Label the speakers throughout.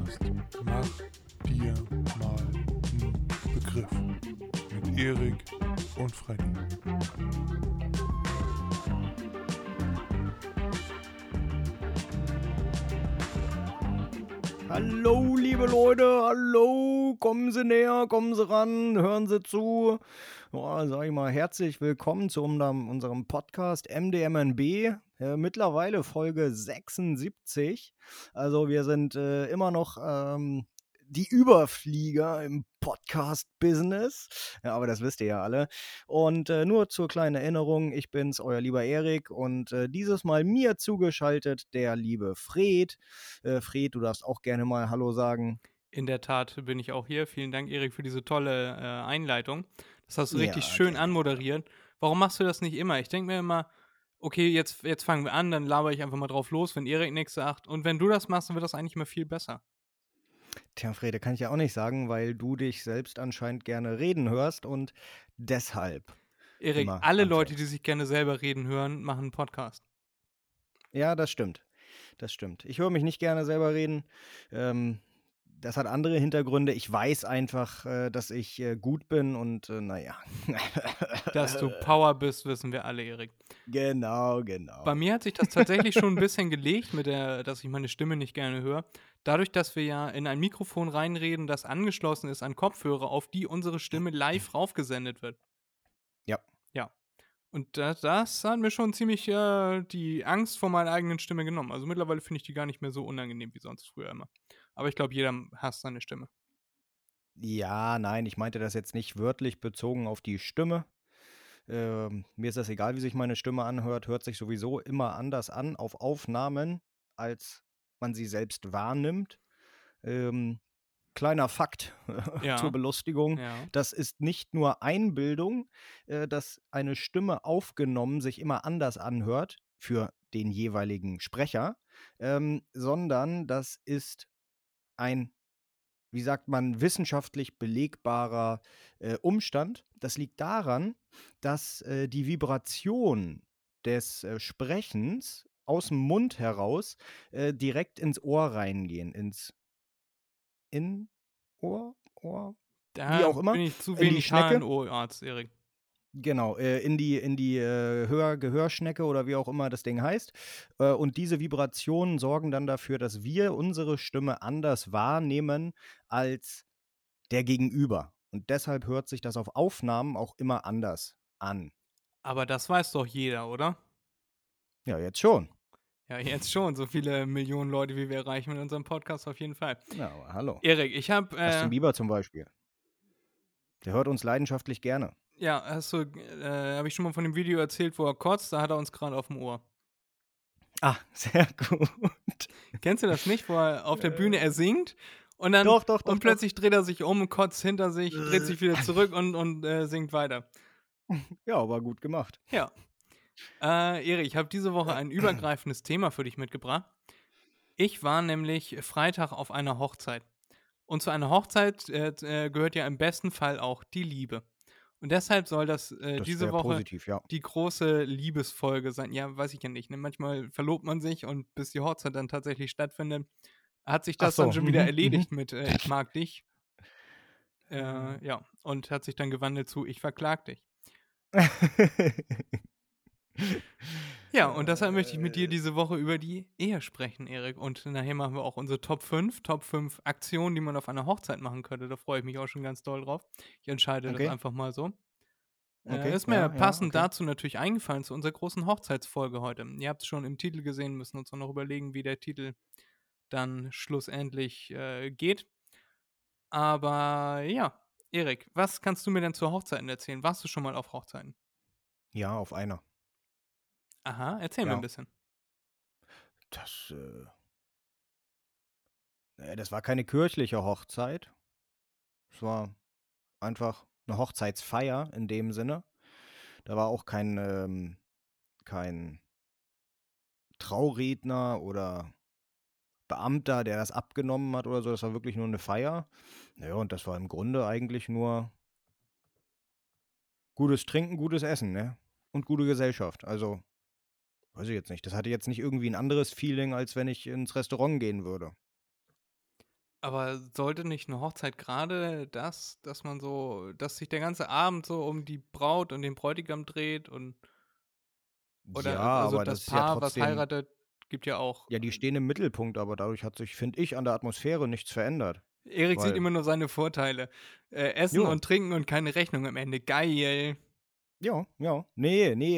Speaker 1: Podcast Mach dir mal einen Begriff mit Erik und Freddy.
Speaker 2: Hallo, liebe Leute, hallo, kommen Sie näher, kommen Sie ran, hören Sie zu. Ja, sag ich mal, herzlich willkommen zu unserem Podcast MDMNB, mittlerweile Folge 76. Also wir sind immer noch die Überflieger im Podcast-Business. Ja, aber das wisst ihr ja alle. Und nur zur kleinen Erinnerung, ich bin's, euer lieber Erik und dieses Mal mir zugeschaltet der liebe Fred. Fred, du darfst auch gerne mal Hallo sagen.
Speaker 3: In der Tat bin ich auch hier. Vielen Dank, Erik, für diese tolle Einleitung. Das hast du richtig
Speaker 2: Ja,
Speaker 3: schön
Speaker 2: gerne.
Speaker 3: anmoderiert. Warum machst du das nicht immer? Ich denke mir immer, okay, jetzt fangen wir an, dann laber ich einfach mal drauf los, wenn Erik nichts sagt. Und wenn du das machst, dann wird das eigentlich mal viel besser.
Speaker 2: Tja, Frede, kann ich ja auch nicht sagen, weil du dich selbst anscheinend gerne reden hörst und deshalb
Speaker 3: Erik,
Speaker 2: immer
Speaker 3: alle Leute,
Speaker 2: anfängst.
Speaker 3: die sich gerne selber reden hören, machen einen Podcast.
Speaker 2: Ja, das stimmt. Das stimmt. Ich höre mich nicht gerne selber reden. Das hat andere Hintergründe. Ich weiß einfach, dass ich gut bin und naja.
Speaker 3: Dass du Power bist, wissen wir alle, Erik.
Speaker 2: Genau.
Speaker 3: Bei mir hat sich das tatsächlich schon ein bisschen gelegt, dass ich meine Stimme nicht gerne höre. Dadurch, dass wir ja in ein Mikrofon reinreden, das angeschlossen ist an Kopfhörer, auf die unsere Stimme live raufgesendet wird.
Speaker 2: Ja.
Speaker 3: Ja. Und das hat mir schon ziemlich die Angst vor meiner eigenen Stimme genommen. Also mittlerweile finde ich die gar nicht mehr so unangenehm wie sonst früher immer. Aber ich glaube, jeder hasst seine Stimme.
Speaker 2: Ja, nein, ich meinte das jetzt nicht wörtlich bezogen auf die Stimme. Mir ist das egal, wie sich meine Stimme anhört, hört sich sowieso immer anders an auf Aufnahmen, als man sie selbst wahrnimmt. Kleiner Fakt zur
Speaker 3: Ja,
Speaker 2: Belustigung,
Speaker 3: ja.
Speaker 2: das ist nicht nur Einbildung, dass eine Stimme aufgenommen sich immer anders anhört für den jeweiligen Sprecher, sondern das ist ein, wie sagt man, wissenschaftlich belegbarer Umstand. Das liegt daran, dass die Vibration des Sprechens aus dem Mund heraus direkt ins Ohr reingehen, ins Ohr, wie
Speaker 3: Da
Speaker 2: auch immer,
Speaker 3: bin ich zu
Speaker 2: in die
Speaker 3: wenig
Speaker 2: Schnecke.
Speaker 3: HNO-Arzt, Erik.
Speaker 2: Genau, in die Gehörschnecke oder wie auch immer das Ding heißt. Und diese Vibrationen sorgen dann dafür, dass wir unsere Stimme anders wahrnehmen als der Gegenüber. Und deshalb hört sich das auf Aufnahmen auch immer anders an.
Speaker 3: Aber das weiß doch jeder, oder?
Speaker 2: Ja, jetzt schon.
Speaker 3: Ja, jetzt schon. So viele Millionen Leute, wie wir erreichen mit unserem Podcast, auf jeden Fall.
Speaker 2: Ja, aber hallo.
Speaker 3: Erik, ich habe
Speaker 2: Justin Bieber zum Beispiel. Der hört uns leidenschaftlich gerne.
Speaker 3: ja, habe ich schon mal von dem Video erzählt, wo er kotzt, da hat er uns gerade auf dem Ohr.
Speaker 2: Ah, sehr gut.
Speaker 3: Kennst du das nicht, wo er auf der Bühne er singt und dann
Speaker 2: Doch.
Speaker 3: und plötzlich dreht er sich um und kotzt hinter sich, dreht sich wieder zurück und singt weiter.
Speaker 2: Ja, aber gut gemacht.
Speaker 3: Ja. Erik, ich habe diese Woche ein übergreifendes Thema für dich mitgebracht. Ich war nämlich Freitag auf einer Hochzeit. Und zu einer Hochzeit gehört ja im besten Fall auch die Liebe. Und deshalb soll das
Speaker 2: Das ist
Speaker 3: diese
Speaker 2: sehr
Speaker 3: Woche
Speaker 2: positiv, ja.
Speaker 3: die große Liebesfolge sein. Ja, weiß ich ja nicht. Ne? Manchmal verlobt man sich und bis die Hochzeit dann tatsächlich stattfindet, hat sich
Speaker 2: Ach
Speaker 3: das dann
Speaker 2: so.
Speaker 3: schon wieder erledigt mit ich mag dich. Ja, und hat sich dann gewandelt zu ich verklag dich. Ja, und deshalb möchte ich mit dir diese Woche über die Ehe sprechen, Erik. Und nachher machen wir auch unsere Top 5 Aktionen, die man auf einer Hochzeit machen könnte. Da freue ich mich auch schon ganz doll drauf. Ich entscheide das
Speaker 2: Okay.
Speaker 3: einfach mal so.
Speaker 2: Okay,
Speaker 3: Ist mir passend
Speaker 2: okay.
Speaker 3: dazu natürlich eingefallen zu unserer großen Hochzeitsfolge heute. Ihr habt es schon im Titel gesehen, müssen uns auch noch überlegen, wie der Titel dann schlussendlich geht. Aber ja, Erik, was kannst du mir denn zu Hochzeiten erzählen? Warst du schon mal auf Hochzeiten?
Speaker 2: Ja, auf einer.
Speaker 3: Aha, erzähl mir ein
Speaker 2: Ja,
Speaker 3: bisschen.
Speaker 2: das, das war keine kirchliche Hochzeit. Es war einfach eine Hochzeitsfeier in dem Sinne. Da war auch kein Trauredner oder Beamter, der das abgenommen hat oder so. Das war wirklich nur eine Feier. Ja, und das war im Grunde eigentlich nur gutes Trinken, gutes Essen, ne? Und gute Gesellschaft. Also, weiß ich jetzt nicht. Das hatte jetzt nicht irgendwie ein anderes Feeling, als wenn ich ins Restaurant gehen würde.
Speaker 3: Aber sollte nicht eine Hochzeit gerade dass man so dass sich der ganze Abend so um die Braut und den Bräutigam dreht und
Speaker 2: Ja,
Speaker 3: oder also
Speaker 2: aber
Speaker 3: das
Speaker 2: das ist ja
Speaker 3: Paar, was
Speaker 2: trotzdem
Speaker 3: heiratet, gibt ja auch
Speaker 2: ja, die stehen im Mittelpunkt, aber dadurch hat sich, finde ich, an der Atmosphäre nichts verändert.
Speaker 3: Erik sieht
Speaker 2: Weil
Speaker 3: immer nur seine Vorteile. Essen
Speaker 2: ja,
Speaker 3: und Trinken und keine Rechnung am Ende. Geil.
Speaker 2: ja, ja. Ne,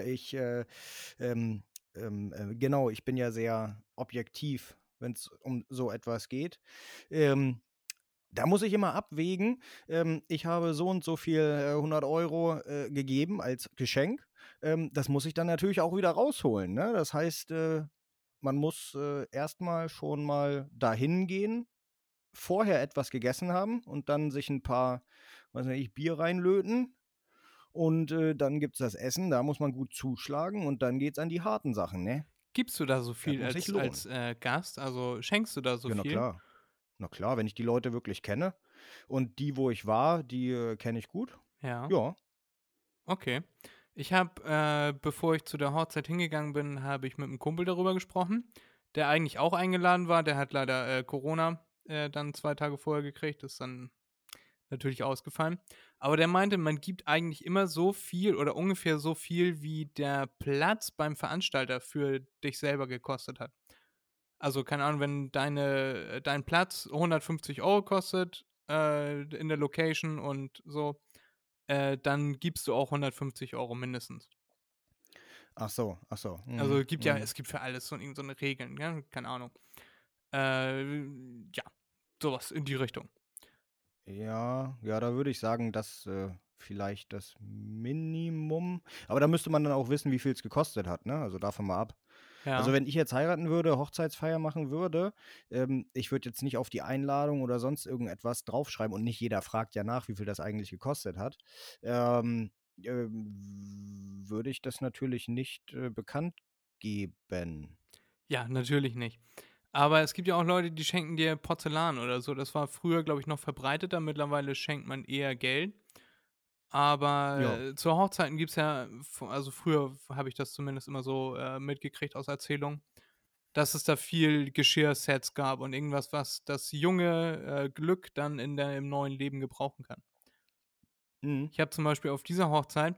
Speaker 2: genau, ich bin ja sehr objektiv, wenn es um so etwas geht. Ähm, Da muss ich immer abwägen, ich habe so und so viel, 100 € gegeben als Geschenk. Das muss ich dann natürlich auch wieder rausholen, ne? Das heißt, man muss, erst schon mal dahin gehen, vorher etwas gegessen haben und dann sich ein paar, weiß nicht, Bier reinlöten und, dann gibt's das Essen, da muss man gut zuschlagen und dann geht's an die harten Sachen, ne?
Speaker 3: Gibst du da so
Speaker 2: Das
Speaker 3: viel
Speaker 2: muss sich
Speaker 3: als
Speaker 2: lohnen.
Speaker 3: Gast? Also, schenkst du da so
Speaker 2: Ja, na
Speaker 3: viel?
Speaker 2: klar. Na klar, wenn ich die Leute wirklich kenne und die, wo ich war, die, kenne ich gut.
Speaker 3: Ja,
Speaker 2: Ja.
Speaker 3: okay. Ich habe, bevor ich zu der Hochzeit hingegangen bin, habe ich mit einem Kumpel darüber gesprochen, der eigentlich auch eingeladen war. Der hat leider, Corona, dann 2 Tage vorher gekriegt, ist dann natürlich ausgefallen. Aber der meinte, man gibt eigentlich immer so viel oder ungefähr so viel, wie der Platz beim Veranstalter für dich selber gekostet hat. Also, keine Ahnung, wenn dein Platz 150 € kostet, in der Location und so, dann gibst du auch 150 € mindestens.
Speaker 2: Ach so, ach so.
Speaker 3: Also,
Speaker 2: Mhm, mhm.
Speaker 3: es gibt für alles so 'ne Regeln, ja, keine Ahnung. Äh, ja, sowas in die Richtung.
Speaker 2: Ja, ja, da würde ich sagen, das, vielleicht das Minimum. Aber da müsste man dann auch wissen, wie viel es gekostet hat, ne? Also, davon mal ab. Also,
Speaker 3: Ja.
Speaker 2: wenn ich jetzt heiraten würde, Hochzeitsfeier machen würde, ich würde jetzt nicht auf die Einladung oder sonst irgendetwas draufschreiben und nicht jeder fragt ja nach, wie viel das eigentlich gekostet hat, ähm, würde ich das natürlich nicht, bekannt geben.
Speaker 3: Ja, natürlich nicht. Aber es gibt ja auch Leute, die schenken dir Porzellan oder so. Das war früher, glaube ich, noch verbreiteter. Mittlerweile schenkt man eher Geld. Aber,
Speaker 2: Ja.
Speaker 3: zu Hochzeiten gibt's ja also früher habe ich das zumindest immer so, mitgekriegt aus Erzählungen, dass es da viel Geschirrsets gab und irgendwas, was das junge, Glück dann im neuen Leben gebrauchen kann.
Speaker 2: Mhm.
Speaker 3: Ich habe zum Beispiel auf dieser Hochzeit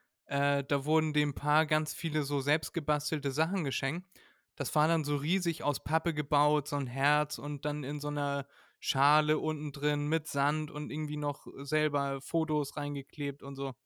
Speaker 3: da wurden dem Paar ganz viele so selbstgebastelte Sachen geschenkt. Das war dann so riesig aus Pappe gebaut, so ein Herz und dann in so einer Schale unten drin mit Sand und irgendwie noch selber Fotos reingeklebt und so.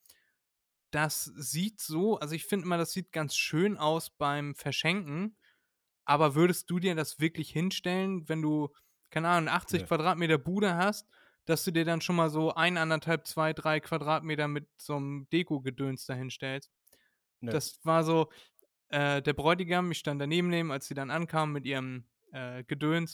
Speaker 3: Das sieht so also, ich finde immer, das sieht ganz schön aus beim Verschenken, aber würdest du dir das wirklich hinstellen, wenn du, keine Ahnung, 80
Speaker 2: Ne,
Speaker 3: Quadratmeter Bude hast, dass du dir dann schon mal so 1, 1,5, 2, 3 Quadratmeter mit so 'nem Dekogedöns da hinstellst?
Speaker 2: ne.
Speaker 3: Das war so, der Bräutigam, ich stand daneben dem, als sie dann ankamen mit ihrem, Gedöns.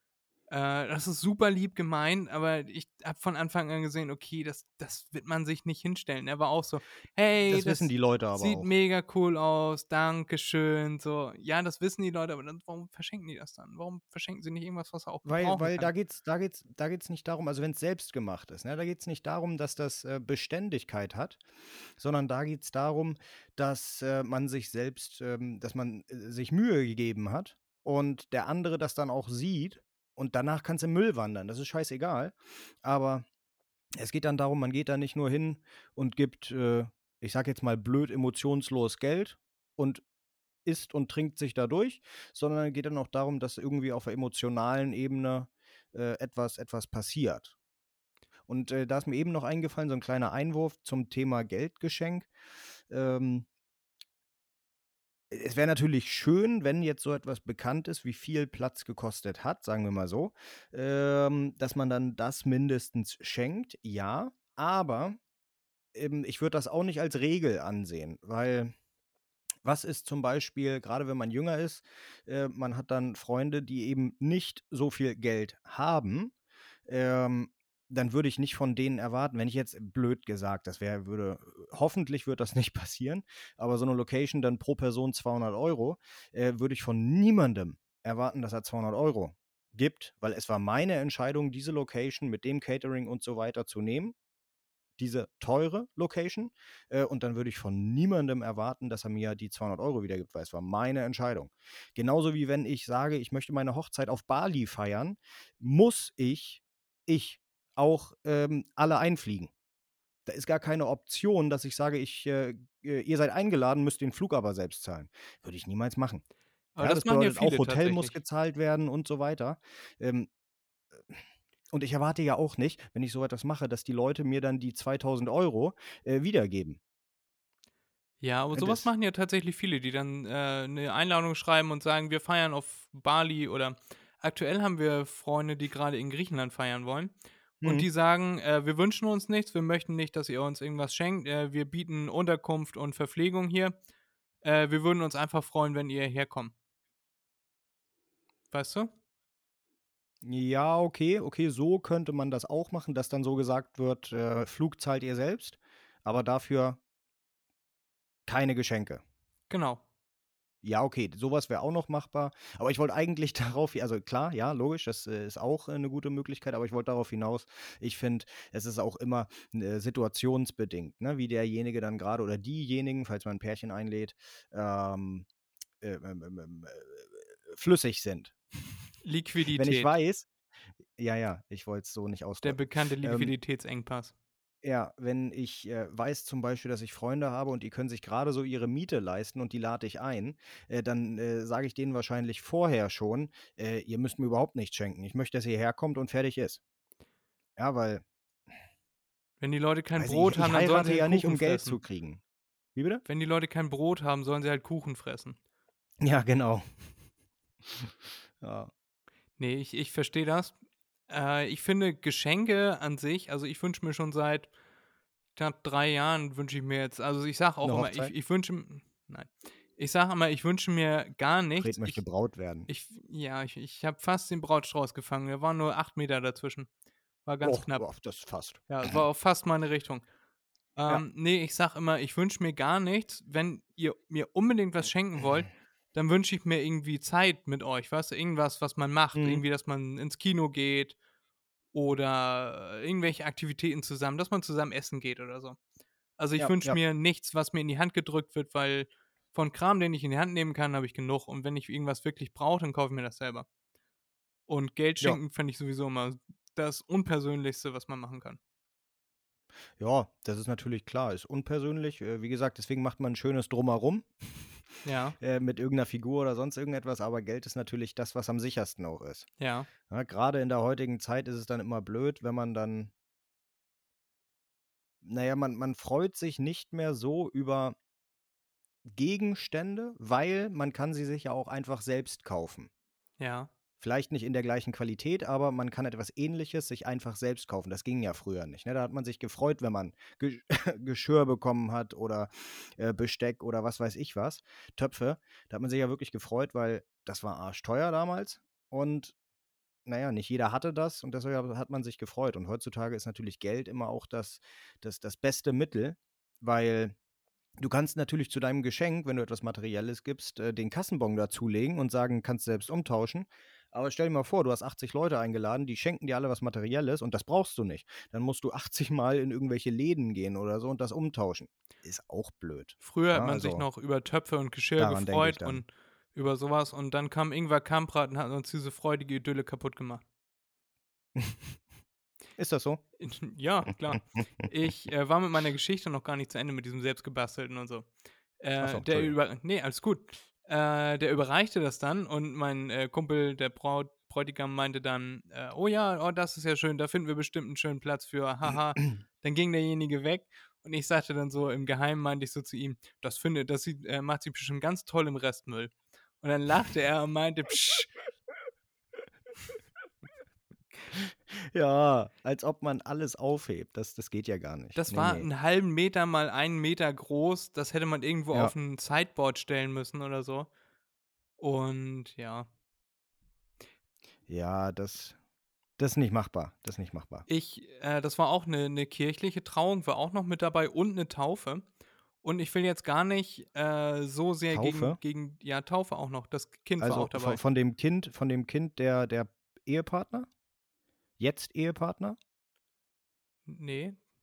Speaker 3: Das ist super lieb gemeint, aber ich habe von Anfang an gesehen, okay, das wird man sich nicht hinstellen. Er war auch so: „Hey,
Speaker 2: Das wissen
Speaker 3: das
Speaker 2: die Leute aber
Speaker 3: sieht
Speaker 2: auch.
Speaker 3: mega cool aus, danke schön." So, ja, das wissen die Leute, aber dann warum verschenken die das dann? Warum verschenken sie nicht irgendwas, was er auch gebrauchen
Speaker 2: Weil
Speaker 3: kann?
Speaker 2: da geht's nicht darum, also, wenn's selbstgemacht ist, ne, da geht's nicht darum, dass das, Beständigkeit hat, sondern da geht's darum, dass, man sich selbst dass man, sich Mühe gegeben hat und der andere das dann auch sieht und danach kann's im Müll wandern. Das ist scheißegal. Aber es geht dann darum, man geht da nicht nur hin und gibt, ich sage jetzt mal blöd, emotionslos Geld und isst und trinkt sich da durch, sondern geht dann auch darum, dass irgendwie auf der emotionalen Ebene, etwas passiert. Und, da ist mir eben noch eingefallen, so ein kleiner Einwurf zum Thema Geldgeschenk. Ähm, Es wäre natürlich schön, wenn jetzt so etwas bekannt ist, wie viel Platz gekostet hat, sagen wir mal so, dass man dann das mindestens schenkt, ja. Aber, ich würde das auch nicht als Regel ansehen, weil was ist zum Beispiel, gerade wenn man jünger ist, man hat dann Freunde, die eben nicht so viel Geld haben, ähm, dann würde ich nicht von denen erwarten, wenn ich jetzt blöd gesagt, hoffentlich wird das nicht passieren, aber so eine Location dann pro Person 200 €, würde ich von niemandem erwarten, dass er 200 € gibt, weil es war meine Entscheidung, diese Location mit dem Catering und so weiter zu nehmen. diese teure Location und dann würde ich von niemandem erwarten, dass er mir die 200 Euro wiedergibt, weil es war meine Entscheidung. Genauso wie wenn ich sage, ich möchte meine Hochzeit auf Bali feiern, muss ich auch alle einfliegen. Da ist gar keine Option, dass ich sage, ihr seid eingeladen, müsst den Flug aber selbst zahlen. Würde ich niemals machen.
Speaker 3: Aber
Speaker 2: Ja,
Speaker 3: das
Speaker 2: das
Speaker 3: machen ja
Speaker 2: bedeutet auch,
Speaker 3: viele
Speaker 2: Hotel muss
Speaker 3: tatsächlich.
Speaker 2: gezahlt werden und so weiter. Ähm, und ich erwarte ja auch nicht, wenn ich so etwas mache, dass die Leute mir dann die 2.000 Euro wiedergeben.
Speaker 3: Ja, aber
Speaker 2: Ja,
Speaker 3: sowas
Speaker 2: das,
Speaker 3: machen ja tatsächlich viele, die dann 'ne Einladung schreiben und sagen: „Wir feiern auf Bali“, oder aktuell haben wir Freunde, die gerade in Griechenland feiern wollen und
Speaker 2: hm,
Speaker 3: die sagen: „Wir wünschen uns nichts, wir möchten nicht, dass ihr uns irgendwas schenkt. Wir bieten Unterkunft und Verpflegung hier. Wir würden uns einfach freuen, wenn ihr herkommt.“ Weißt du?
Speaker 2: ja, okay, so könnte man das auch machen, dass dann so gesagt wird, Flug zahlt ihr selbst, aber dafür keine Geschenke.
Speaker 3: Genau.
Speaker 2: Ja, okay, sowas wäre auch noch machbar. Aber ich wollte eigentlich also klar, ja, logisch, das ist auch eine gute Möglichkeit, aber ich wollte darauf hinaus, ich finde, es ist auch immer situationsbedingt, ne, wie derjenige dann gerade oder diejenigen, falls man ein Pärchen einlädt, ähm, flüssig sind. Wenn ich
Speaker 3: Liquidität,
Speaker 2: weiß, ja, ich wollte es so nicht
Speaker 3: der
Speaker 2: ausdrücken.
Speaker 3: bekannte
Speaker 2: Ähm,
Speaker 3: Liquiditätsengpass.
Speaker 2: Ja, wenn ich weiß zum Beispiel, dass ich Freunde habe und die können sich gerade so ihre Miete leisten und die lade ich ein, dann sage ich denen wahrscheinlich vorher schon, ihr müsst mir überhaupt nichts schenken. Ich möchte, dass ihr herkommt und fertig ist. Ja, weil,
Speaker 3: Wenn die Leute kein
Speaker 2: weiß ich,
Speaker 3: Brot haben,
Speaker 2: ich
Speaker 3: dann sollen sie
Speaker 2: heirate
Speaker 3: halt
Speaker 2: ja nicht,
Speaker 3: Kuchen
Speaker 2: um Geld zu
Speaker 3: fressen.
Speaker 2: kriegen. Wie bitte?
Speaker 3: Wenn die Leute kein Brot haben, sollen sie halt Kuchen fressen.
Speaker 2: Ja, genau. Ja.
Speaker 3: Ne, ich verstehe das. Ich finde Geschenke an sich, also, ich wünsche mir schon seit knapp 3 Jahren wünsche ich mir jetzt, also, ich sage auch
Speaker 2: Eine
Speaker 3: immer,
Speaker 2: Hochzeit?
Speaker 3: nein. Ich sage immer, ich wünsche mir gar
Speaker 2: Fred
Speaker 3: nichts.
Speaker 2: möchte Braut werden.
Speaker 3: Ich habe fast den Brautstrauß gefangen. Da waren nur 8 Meter dazwischen. War ganz
Speaker 2: Och,
Speaker 3: knapp.
Speaker 2: oh, das fast.
Speaker 3: Ja, war auch fast meine Richtung.
Speaker 2: Ja.
Speaker 3: Ne, ich sage immer, ich wünsche mir gar nichts. Wenn ihr mir unbedingt was schenken wollt, dann wünsche ich mir irgendwie Zeit mit euch, weißt du? Irgendwas, was man macht.
Speaker 2: Mhm.
Speaker 3: Irgendwie, dass man ins Kino geht oder irgendwelche Aktivitäten zusammen, dass man zusammen essen geht oder so. Also, ich
Speaker 2: Ja,
Speaker 3: wünsche
Speaker 2: ja,
Speaker 3: mir nichts, was mir in die Hand gedrückt wird, weil von Kram, den ich in die Hand nehmen kann, habe ich genug. Und wenn ich irgendwas wirklich brauche, dann kaufe ich mir das selber. Und Geld
Speaker 2: ja.
Speaker 3: schenken fände ich sowieso immer das Unpersönlichste, was man machen kann.
Speaker 2: Ja, das ist natürlich klar, ist unpersönlich. Wie gesagt, deswegen macht man ein schönes Drumherum.
Speaker 3: Ja,
Speaker 2: Mit irgendeiner Figur oder sonst irgendetwas, aber Geld ist natürlich das, was am sichersten auch ist.
Speaker 3: ja,
Speaker 2: Ja, grade in der heutigen Zeit ist es dann immer blöd, wenn man dann man freut sich nicht mehr so über Gegenstände, weil man kann sie sich ja auch einfach selbst kaufen.
Speaker 3: ja.
Speaker 2: Vielleicht nicht in der gleichen Qualität, aber man kann etwas Ähnliches sich einfach selbst kaufen. Das ging ja früher nicht, ne? Da hat man sich gefreut, wenn man Ge Geschirr bekommen hat oder, Besteck oder was weiß ich was, Töpfe. Da hat man sich ja wirklich gefreut, weil das war arschteuer damals und nicht jeder hatte das und deshalb hat man sich gefreut. Und heutzutage ist natürlich Geld immer auch das beste Mittel, weil du kannst natürlich zu deinem Geschenk, wenn du etwas Materielles gibst, den Kassenbon dazulegen und sagen, kannst selbst umtauschen. Aber stell dir mal vor, du hast 80 Leute eingeladen, die schenken dir alle was Materielles und das brauchst du nicht. Dann musst du 80 Mal in irgendwelche Läden gehen oder so und das umtauschen. Ist auch blöd.
Speaker 3: Früher hat
Speaker 2: Ja,
Speaker 3: man sich
Speaker 2: also
Speaker 3: noch über Töpfe und Geschirr
Speaker 2: daran denke ich
Speaker 3: gefreut
Speaker 2: dann.
Speaker 3: und über sowas, und dann kam Ingwer Kamprad und hat uns diese freudige Idylle kaputt gemacht.
Speaker 2: Ist das so?
Speaker 3: Ja, klar. Ich war mit meiner Geschichte noch gar nicht zu Ende mit diesem selbstgebastelten und so.
Speaker 2: Achso, Entschuldigung.
Speaker 3: Alles gut. Der überreichte das dann und mein Kumpel, der Bräutigam, meinte dann, oh ja, oh, das ist ja schön, da finden wir bestimmt einen schönen Platz für, haha. Dann ging derjenige weg und ich sagte dann so im Geheimen, meinte ich so zu ihm, macht sie bestimmt ganz toll im Restmüll. Und dann lachte er und meinte, psch,
Speaker 2: Ja, als ob man alles aufhebt. Das geht ja gar nicht.
Speaker 3: das
Speaker 2: Nee,
Speaker 3: war
Speaker 2: ne.
Speaker 3: 1/2 Meter mal 1 Meter groß, das hätte man irgendwo
Speaker 2: Ja.
Speaker 3: auf ein Sideboard stellen müssen oder so. Und ja,
Speaker 2: Ja, das ist nicht machbar. Das ist nicht machbar.
Speaker 3: das war auch eine kirchliche Trauung, war auch noch mit dabei und eine Taufe. Und ich will jetzt gar nicht so sehr
Speaker 2: Taufe?
Speaker 3: ja, Taufe auch noch. Das Kind war auch
Speaker 2: Also
Speaker 3: dabei.
Speaker 2: von dem Kind der Ehepartner? Jetzt Ehepartner?
Speaker 3: Nee,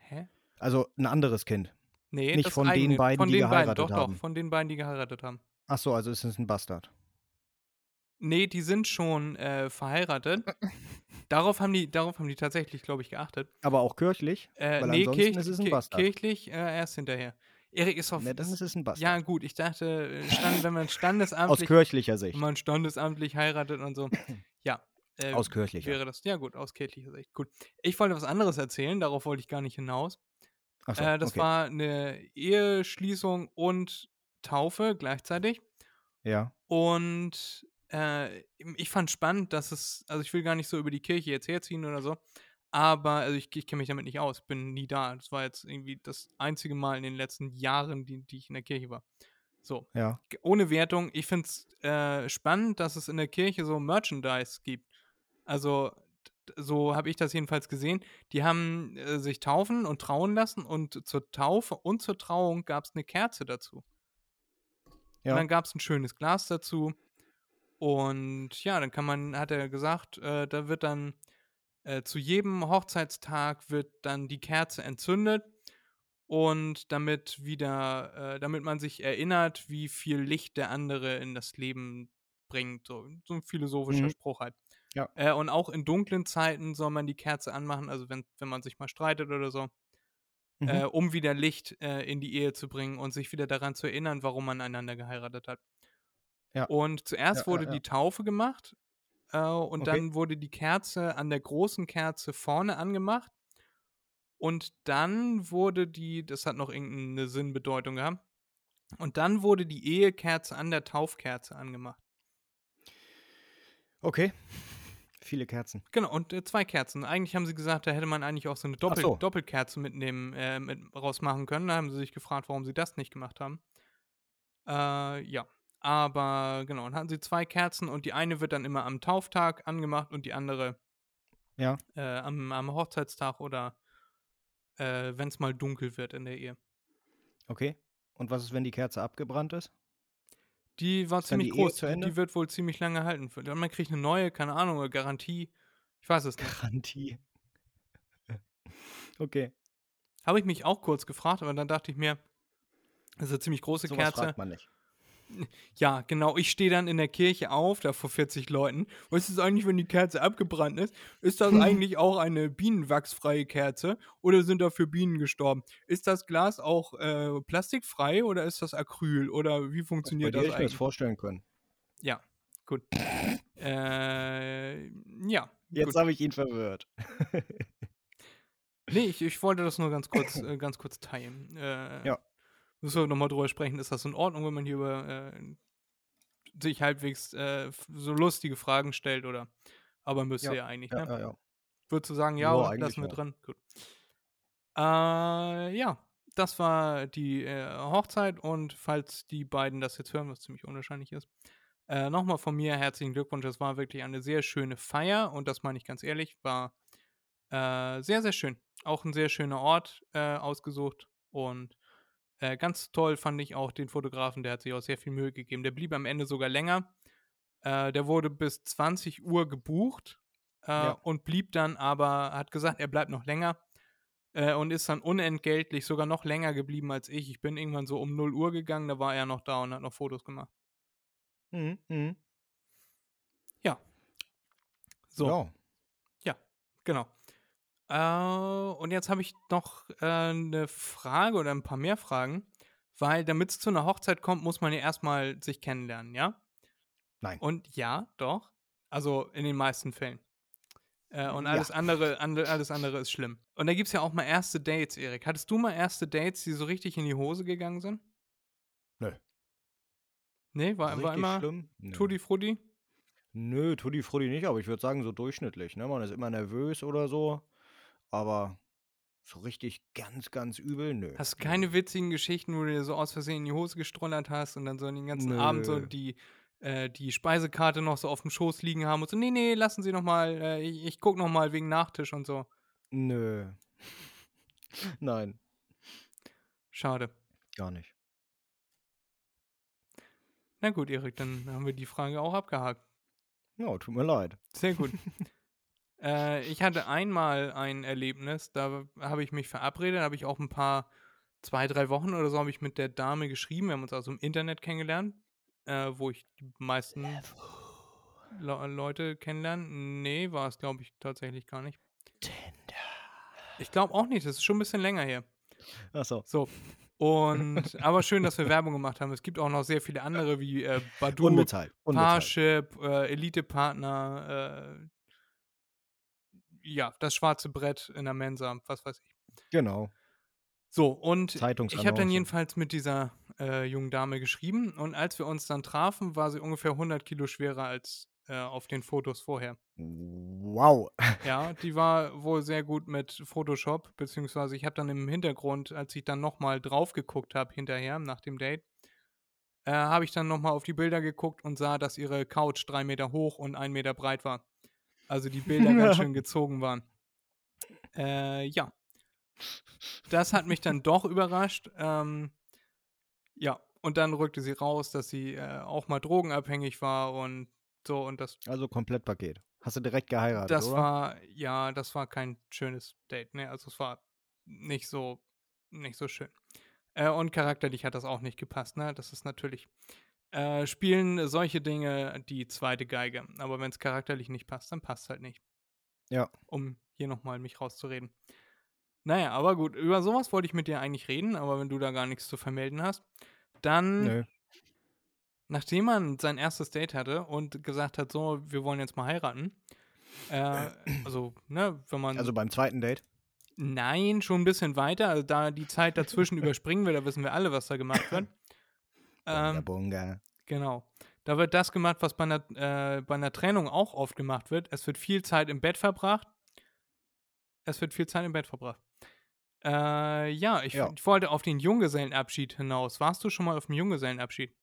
Speaker 3: Hä?
Speaker 2: Also ein anderes Kind.
Speaker 3: Nee,
Speaker 2: Nicht
Speaker 3: das
Speaker 2: von den
Speaker 3: eigene.
Speaker 2: beiden,
Speaker 3: Von
Speaker 2: die
Speaker 3: den beiden,
Speaker 2: geheiratet
Speaker 3: doch,
Speaker 2: haben.
Speaker 3: von den beiden, die geheiratet haben.
Speaker 2: Ach so, also ist es ein Bastard.
Speaker 3: Nee, die sind schon verheiratet. Darauf haben die tatsächlich, glaube ich, geachtet.
Speaker 2: Aber auch kirchlich, weil
Speaker 3: Nee,
Speaker 2: ansonsten ist es ein Bastard.
Speaker 3: kirchlich erst hinterher. Erik ist auf.
Speaker 2: Ne, dann ist es ein
Speaker 3: Ja,
Speaker 2: Bastard.
Speaker 3: gut, ich dachte, wenn man
Speaker 2: Aus
Speaker 3: standesamtlich.
Speaker 2: kirchlicher
Speaker 3: Wenn
Speaker 2: Sicht.
Speaker 3: man standesamtlich heiratet und so. Ja.
Speaker 2: Aus kirchlicher.
Speaker 3: Wäre das. Ja, gut, aus kirchlicher Sicht. Gut. Ich wollte was anderes erzählen, darauf wollte ich gar nicht hinaus.
Speaker 2: Ach so,
Speaker 3: Das
Speaker 2: okay.
Speaker 3: war eine Eheschließung und Taufe gleichzeitig.
Speaker 2: Ja.
Speaker 3: Und ich fand spannend, dass also ich will gar nicht so über die Kirche jetzt herziehen oder so, aber also ich kenne mich damit nicht aus, bin nie da. Das war jetzt irgendwie das einzige Mal in den letzten Jahren, die ich in der Kirche war. So,
Speaker 2: Ja.
Speaker 3: ohne Wertung, ich finde es spannend, dass es in der Kirche so Merchandise gibt. Also so habe ich das jedenfalls gesehen. Die haben sich taufen und trauen lassen und zur Taufe und zur Trauung gab es eine Kerze dazu.
Speaker 2: Ja.
Speaker 3: Und dann gab es ein schönes Glas dazu. Und ja, dann hat er gesagt, da wird dann zu jedem Hochzeitstag wird dann die Kerze entzündet. Und damit man sich erinnert, wie viel Licht der andere in das Leben bringt. So ein philosophischer Spruch halt.
Speaker 2: Ja.
Speaker 3: Und auch in dunklen Zeiten soll man die Kerze anmachen, also wenn man sich mal streitet oder so, um wieder Licht in die Ehe zu bringen und sich wieder daran zu erinnern, warum man einander geheiratet hat.
Speaker 2: Ja.
Speaker 3: Und zuerst wurde
Speaker 2: ja.
Speaker 3: die Taufe gemacht und
Speaker 2: Okay.
Speaker 3: dann wurde die Kerze an der großen Kerze vorne angemacht. Und dann wurde das hat noch irgendeine Sinnbedeutung gehabt. Und dann wurde die Ehekerze an der Taufkerze angemacht.
Speaker 2: Okay. Viele Kerzen.
Speaker 3: Genau, und 2 Kerzen. Eigentlich haben sie gesagt, da hätte man eigentlich auch so eine
Speaker 2: Ach so.
Speaker 3: Doppelkerze rausmachen können. Da haben sie sich gefragt, warum sie das nicht gemacht haben. Ja. Aber genau, dann hatten sie 2 Kerzen und die eine wird dann immer am Tauftag angemacht und die andere
Speaker 2: Ja.
Speaker 3: am Hochzeitstag oder wenn es mal dunkel wird in der Ehe.
Speaker 2: Okay. Und was ist, wenn die Kerze abgebrannt ist?
Speaker 3: Die war
Speaker 2: Ist dann
Speaker 3: ziemlich
Speaker 2: die Ehe
Speaker 3: groß.
Speaker 2: zu Ende?
Speaker 3: Die wird wohl ziemlich lange halten. Man kriegt eine neue, keine Ahnung, oder Garantie. Ich weiß es nicht.
Speaker 2: Garantie. Okay.
Speaker 3: Habe ich mich auch kurz gefragt, aber dann dachte ich mir, das ist eine ziemlich große
Speaker 2: Sowas
Speaker 3: Kerze.
Speaker 2: fragt man nicht.
Speaker 3: Ja, genau. Ich stehe dann in der Kirche auf, da vor 40 Leuten. Was ist eigentlich, wenn die Kerze abgebrannt ist? Ist das eigentlich auch eine bienenwachsfreie Kerze oder sind dafür Bienen gestorben? Ist das Glas auch plastikfrei oder ist das Acryl oder wie
Speaker 2: Bei
Speaker 3: funktioniert
Speaker 2: dir
Speaker 3: das
Speaker 2: hätte ich mir das
Speaker 3: eigentlich?
Speaker 2: vorstellen können.
Speaker 3: Ja, gut. Ja.
Speaker 2: Jetzt
Speaker 3: gut.
Speaker 2: habe ich ihn verwirrt.
Speaker 3: Nee, ich wollte das nur ganz kurz teilen.
Speaker 2: Ja.
Speaker 3: Müssen wir nochmal drüber sprechen, ist das in Ordnung, wenn man hier über sich halbwegs so lustige Fragen stellt, oder? Aber müsste ja eigentlich, ne?
Speaker 2: Ja.
Speaker 3: Würdest du sagen,
Speaker 2: Ja,
Speaker 3: ja,
Speaker 2: eigentlich
Speaker 3: lassen wir
Speaker 2: ja.
Speaker 3: drin? Gut. Ja, das war die Hochzeit und falls die beiden das jetzt hören, was ziemlich unwahrscheinlich ist, nochmal von mir herzlichen Glückwunsch. Es war wirklich eine sehr schöne Feier und das meine ich ganz ehrlich, war sehr, sehr schön. Auch ein sehr schöner Ort ausgesucht und ganz toll fand ich auch den Fotografen, der hat sich auch sehr viel Mühe gegeben. Der blieb am Ende sogar länger. Der wurde bis 20 Uhr gebucht und blieb dann aber, hat gesagt, er bleibt noch länger und ist dann unentgeltlich sogar noch länger geblieben als ich. Ich bin irgendwann so um 0 Uhr gegangen, da war er noch da und hat noch Fotos gemacht. Ja. So. Ja, genau. Und jetzt habe ich noch eine Frage oder ein paar mehr Fragen, weil damit es zu einer Hochzeit kommt, muss man ja erstmal sich kennenlernen, ja?
Speaker 2: Nein.
Speaker 3: Und ja, doch. Also in den meisten Fällen. Und
Speaker 2: Ja.
Speaker 3: alles andere ist schlimm. Und da gibt es ja auch mal erste Dates, Erik. Hattest du mal erste Dates, die so richtig in die Hose gegangen sind?
Speaker 2: Nö.
Speaker 3: Nee, war
Speaker 2: Richtig
Speaker 3: immer
Speaker 2: schlimm? Nö.
Speaker 3: Tutti Frutti?
Speaker 2: Nö, Tutti Frutti nicht, aber ich würde sagen, so durchschnittlich. Ne? Man ist immer nervös oder so, aber so richtig ganz, ganz übel, nö.
Speaker 3: Hast du keine witzigen Geschichten, wo du dir so aus Versehen in die Hose gestrollert hast und dann so den ganzen Abend so die Speisekarte noch so auf dem Schoß liegen haben und so, nee, lassen Sie noch mal, ich guck noch mal wegen Nachtisch und so.
Speaker 2: Nö. Nein.
Speaker 3: Schade.
Speaker 2: Gar nicht.
Speaker 3: Na gut, Erik, dann haben wir die Frage auch abgehakt.
Speaker 2: Ja, tut mir leid.
Speaker 3: Sehr gut. Ich hatte einmal ein Erlebnis, da habe ich mich verabredet, habe ich auch 2, 3 Wochen oder so habe ich mit der Dame geschrieben. Wir haben uns also im Internet kennengelernt, wo ich die meisten Leute kennenlerne. Nee, war es, glaube ich, tatsächlich gar nicht.
Speaker 2: Tinder.
Speaker 3: Ich glaube auch nicht, das ist schon ein bisschen länger her.
Speaker 2: Achso.
Speaker 3: So. Und aber schön, dass wir Werbung gemacht haben. Es gibt auch noch sehr viele andere wie Badoo,
Speaker 2: Unbezahlt.
Speaker 3: Parship, Elite-Partner, ja, das schwarze Brett in der Mensa, was weiß ich.
Speaker 2: Genau.
Speaker 3: So, und ich habe dann
Speaker 2: Zeitungsannonce.
Speaker 3: jedenfalls mit dieser jungen Dame geschrieben und als wir uns dann trafen, war sie ungefähr 100 Kilo schwerer als auf den Fotos vorher.
Speaker 2: Wow.
Speaker 3: Ja, die war wohl sehr gut mit Photoshop, beziehungsweise ich habe dann im Hintergrund, als ich dann nochmal drauf geguckt habe hinterher nach dem Date, habe ich dann nochmal auf die Bilder geguckt und sah, dass ihre Couch 3 Meter hoch und 1 Meter breit war. Also die Bilder ganz schön gezogen waren. Ja. Das hat mich dann doch überrascht. Ja, und dann rückte sie raus, dass sie auch mal drogenabhängig war und so und
Speaker 2: Also Komplettpaket. Hast du direkt geheiratet,
Speaker 3: das
Speaker 2: oder?
Speaker 3: das war kein schönes Date, ne? Also es war nicht so schön. Und charakterlich hat das auch nicht gepasst, ne? Das ist natürlich spielen solche Dinge die zweite Geige. Aber wenn es charakterlich nicht passt, dann passt halt nicht.
Speaker 2: Ja.
Speaker 3: Um hier nochmal mich rauszureden. Naja, aber gut, über sowas wollte ich mit dir eigentlich reden, aber wenn du da gar nichts zu vermelden hast, dann,
Speaker 2: Nö.
Speaker 3: nachdem man sein erstes Date hatte und gesagt hat, so, wir wollen jetzt mal heiraten, also, ne, wenn man.
Speaker 2: Also beim zweiten Date?
Speaker 3: Nein, schon ein bisschen weiter, also da die Zeit dazwischen überspringen wir, da wissen wir alle, was da gemacht wird.
Speaker 2: Bunga, bunga.
Speaker 3: Genau. Da wird das gemacht, was bei einer Trennung auch oft gemacht wird. Es wird viel Zeit im Bett verbracht. Ja, ich
Speaker 2: Ja.
Speaker 3: wollte auf den Junggesellenabschied hinaus. Warst du schon mal auf dem Junggesellenabschied?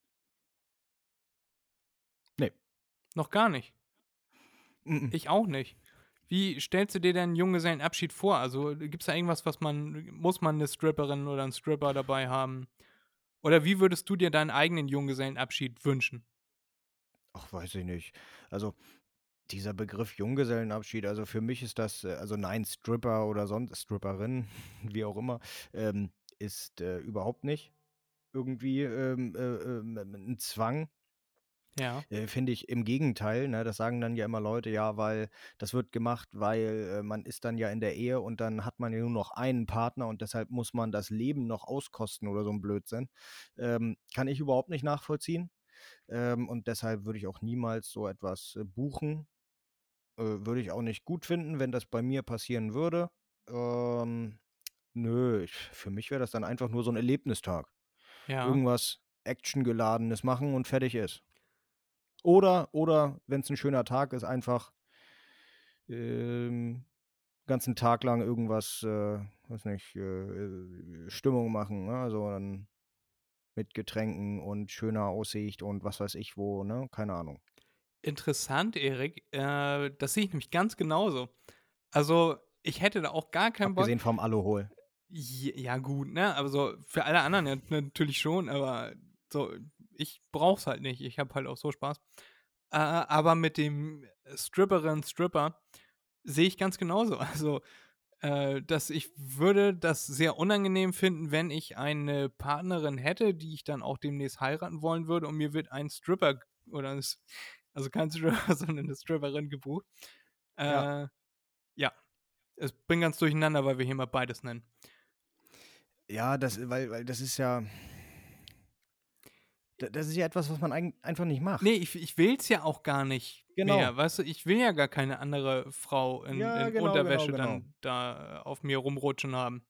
Speaker 2: Nee.
Speaker 3: Noch gar nicht.
Speaker 2: Mhm.
Speaker 3: Ich auch nicht. Wie stellst du dir denn einen Junggesellenabschied vor? Also gibt es da irgendwas, muss man eine Stripperin oder einen Stripper dabei haben? Oder wie würdest du dir deinen eigenen Junggesellenabschied wünschen?
Speaker 2: Ach, weiß ich nicht. Also dieser Begriff Junggesellenabschied, also für mich ist das, also nein, Stripper oder sonst Stripperin, wie auch immer, ist überhaupt nicht irgendwie ein Zwang.
Speaker 3: Ja,
Speaker 2: Finde ich im Gegenteil, ne? Das sagen dann ja immer Leute, ja, weil das wird gemacht, weil man ist dann ja in der Ehe und dann hat man ja nur noch einen Partner und deshalb muss man das Leben noch auskosten oder so ein Blödsinn. Kann ich überhaupt nicht nachvollziehen. Und deshalb würde ich auch niemals so etwas buchen. Würde ich auch nicht gut finden, wenn das bei mir passieren würde. Nö, für mich wäre das dann einfach nur so ein Erlebnistag.
Speaker 3: ja.
Speaker 2: Irgendwas Actiongeladenes machen und fertig ist. Oder wenn es ein schöner Tag ist, einfach ganzen Tag lang irgendwas, weiß nicht, Stimmung machen, ne? Also dann mit Getränken und schöner Aussicht und was weiß ich wo, ne? Keine Ahnung.
Speaker 3: Interessant, Erik. Das sehe ich nämlich ganz genauso. Also, ich hätte da auch gar keinen Bock.
Speaker 2: Abgesehen vom Aluhol.
Speaker 3: Ja, gut, ne? Aber so für alle anderen ja, natürlich schon, aber so, ich brauch's halt nicht. Ich habe halt auch so Spaß. Aber mit dem Stripper sehe ich ganz genauso. Also, ich würde das sehr unangenehm finden, wenn ich eine Partnerin hätte, die ich dann auch demnächst heiraten wollen würde und mir wird ein Stripper also kein Stripper, sondern eine Stripperin gebucht.
Speaker 2: Ja.
Speaker 3: Ja, es bringt ganz durcheinander, weil wir hier mal beides nennen.
Speaker 2: Ja, weil das ist ja. Das ist ja etwas, was man einfach nicht macht.
Speaker 3: Nee, ich will's ja auch gar nicht
Speaker 2: Genau.
Speaker 3: mehr, weißt du? Ich will ja gar keine andere Frau
Speaker 2: Ja,
Speaker 3: in
Speaker 2: genau,
Speaker 3: Unterwäsche
Speaker 2: genau.
Speaker 3: dann da auf mir rumrutschen haben.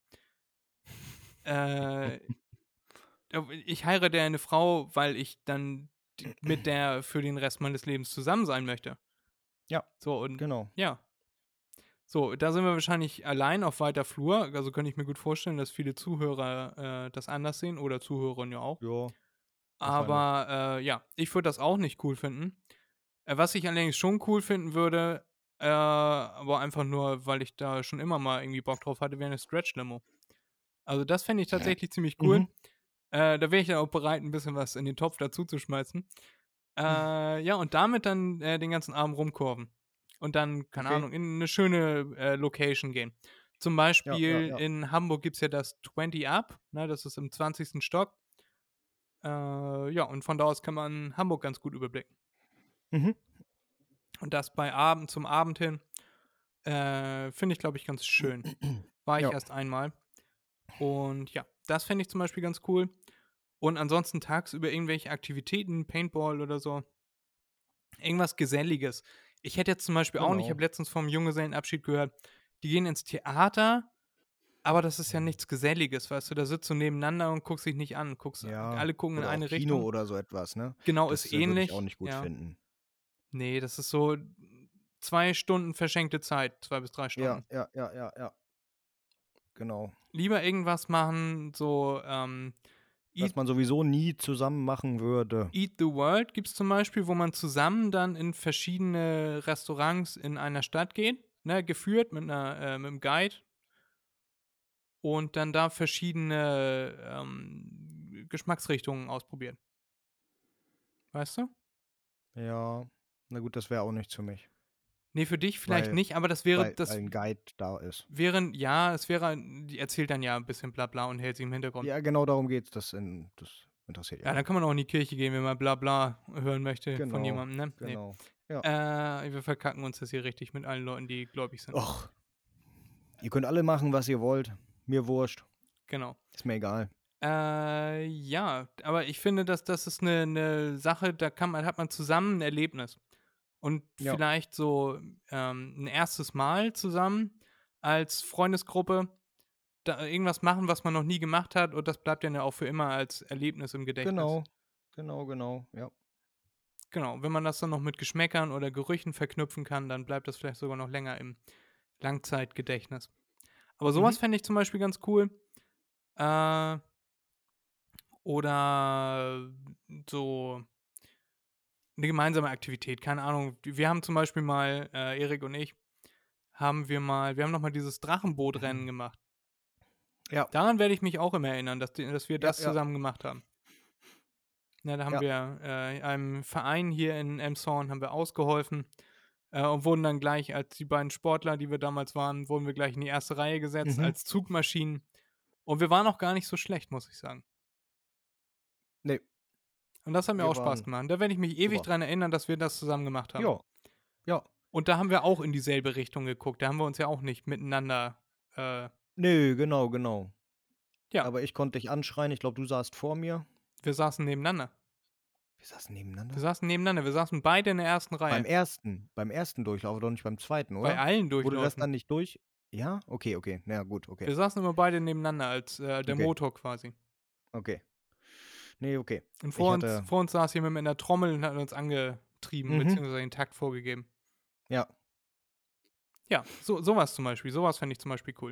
Speaker 3: Äh, Ich heirate ja eine Frau, weil ich dann mit der für den Rest meines Lebens zusammen sein möchte.
Speaker 2: Ja,
Speaker 3: So, und
Speaker 2: genau.
Speaker 3: ja. So, da sind wir wahrscheinlich allein auf weiter Flur. Also könnte ich mir gut vorstellen, dass viele Zuhörer das anders sehen oder Zuhörerinnen ja auch.
Speaker 2: Ja.
Speaker 3: Aber ja, ich würde das auch nicht cool finden. Was ich allerdings schon cool finden würde, aber einfach nur, weil ich da schon immer mal irgendwie Bock drauf hatte, wäre eine Stretch-Limo. Also das fände ich tatsächlich ziemlich cool.
Speaker 2: Mhm.
Speaker 3: Da wäre ich dann auch bereit, ein bisschen was in den Topf dazu zu schmeißen. Ja, und damit dann den ganzen Abend rumkurven. und dann, keine
Speaker 2: Okay.
Speaker 3: Ahnung, in eine schöne Location gehen. Zum Beispiel
Speaker 2: ja.
Speaker 3: in Hamburg gibt es ja das 20 Up, ne, das ist im 20. Stock. Ja, und von da aus kann man Hamburg ganz gut überblicken.
Speaker 2: Mhm.
Speaker 3: Und das zum Abend hin, finde ich, glaube ich, ganz schön. War ich
Speaker 2: Ja.
Speaker 3: erst einmal. Und ja, das fände ich zum Beispiel ganz cool. Und ansonsten tagsüber irgendwelche Aktivitäten, Paintball oder so. Irgendwas Geselliges. Ich hätte jetzt zum Beispiel auch nicht, ich
Speaker 2: Genau.
Speaker 3: habe letztens vom Junggesellenabschied gehört, die gehen ins Theater, aber das ist ja nichts Geselliges, weißt du, da sitzt du nebeneinander und guckst dich nicht an,
Speaker 2: Ja.
Speaker 3: alle gucken in
Speaker 2: Oder auch
Speaker 3: eine
Speaker 2: Kino
Speaker 3: Richtung.
Speaker 2: oder so etwas, ne?
Speaker 3: Genau, ist
Speaker 2: Das würde ich auch
Speaker 3: ähnlich,
Speaker 2: nicht gut
Speaker 3: ja.
Speaker 2: finden.
Speaker 3: Nee, das ist so 2 Stunden verschenkte Zeit, 2 bis 3
Speaker 2: Ja,
Speaker 3: Stunden.
Speaker 2: ja. Genau.
Speaker 3: Lieber irgendwas machen, so,
Speaker 2: Was man sowieso nie zusammen machen würde.
Speaker 3: Eat the World gibt es zum Beispiel, wo man zusammen dann in verschiedene Restaurants in einer Stadt geht, ne, geführt mit einem Guide und dann da verschiedene Geschmacksrichtungen ausprobiert. Weißt du?
Speaker 2: Ja. Na gut, das wäre auch nichts für mich.
Speaker 3: Nee, für dich vielleicht
Speaker 2: Weil,
Speaker 3: nicht, aber das
Speaker 2: weil ein Guide da ist.
Speaker 3: die erzählt dann ja ein bisschen Blabla und hält sie im Hintergrund.
Speaker 2: Ja, genau darum geht's. Das interessiert
Speaker 3: Ja, dann kann man auch in die Kirche gehen, wenn man Blabla hören möchte von
Speaker 2: Genau,
Speaker 3: jemandem, ne? Nee.
Speaker 2: genau. Ja.
Speaker 3: Wir verkacken uns das hier richtig mit allen Leuten, die gläubig sind.
Speaker 2: Och. Ihr könnt alle machen, was ihr wollt. Mir wurscht.
Speaker 3: Genau.
Speaker 2: Ist mir egal.
Speaker 3: Ja, aber ich finde, dass das ist eine Sache, da hat man zusammen ein Erlebnis. Und
Speaker 2: Ja.
Speaker 3: vielleicht so ein erstes Mal zusammen als Freundesgruppe da irgendwas machen, was man noch nie gemacht hat und das bleibt dann ja auch für immer als Erlebnis im Gedächtnis.
Speaker 2: Genau. Ja.
Speaker 3: Genau, wenn man das dann noch mit Geschmäckern oder Gerüchen verknüpfen kann, dann bleibt das vielleicht sogar noch länger im Langzeitgedächtnis. Aber sowas fände ich zum Beispiel ganz cool. Oder so eine gemeinsame Aktivität, keine Ahnung. Wir haben zum Beispiel mal, Erik und ich, wir haben noch mal dieses Drachenbootrennen gemacht.
Speaker 2: Ja.
Speaker 3: Daran werde ich mich auch immer erinnern, dass wir das
Speaker 2: Ja.
Speaker 3: zusammen gemacht haben. Ja, da haben
Speaker 2: Ja.
Speaker 3: wir einem Verein hier in Elmshorn haben wir ausgeholfen und wurden dann gleich als die beiden Sportler, die wir damals waren, wurden wir gleich in die erste Reihe gesetzt als Zugmaschinen. Und wir waren auch gar nicht so schlecht, muss ich sagen.
Speaker 2: Nee.
Speaker 3: Und das hat mir
Speaker 2: Wir
Speaker 3: auch Spaß
Speaker 2: waren
Speaker 3: gemacht. Da werde ich mich ewig
Speaker 2: super.
Speaker 3: dran erinnern, dass wir das zusammen gemacht haben.
Speaker 2: Ja.
Speaker 3: Und da haben wir auch in dieselbe Richtung geguckt. Da haben wir uns ja auch nicht miteinander.
Speaker 2: Nö, genau.
Speaker 3: Ja.
Speaker 2: Aber ich konnte dich anschreien. Ich glaube, du saßt vor mir.
Speaker 3: Wir saßen nebeneinander.
Speaker 2: Wir saßen nebeneinander?
Speaker 3: Wir saßen beide in der ersten Reihe.
Speaker 2: Beim ersten Durchlauf, aber doch nicht beim zweiten, oder?
Speaker 3: Bei allen Durchläufen.
Speaker 2: Wurde das dann nicht durch? Ja? Okay. Na ja, gut, okay.
Speaker 3: Wir saßen immer beide nebeneinander als der Motor quasi.
Speaker 2: Okay. Nee, okay.
Speaker 3: Und vor uns saß jemand mit einer Trommel und hat uns angetrieben, beziehungsweise den Takt vorgegeben.
Speaker 2: Ja.
Speaker 3: Ja, sowas zum Beispiel. Sowas fände ich zum Beispiel cool.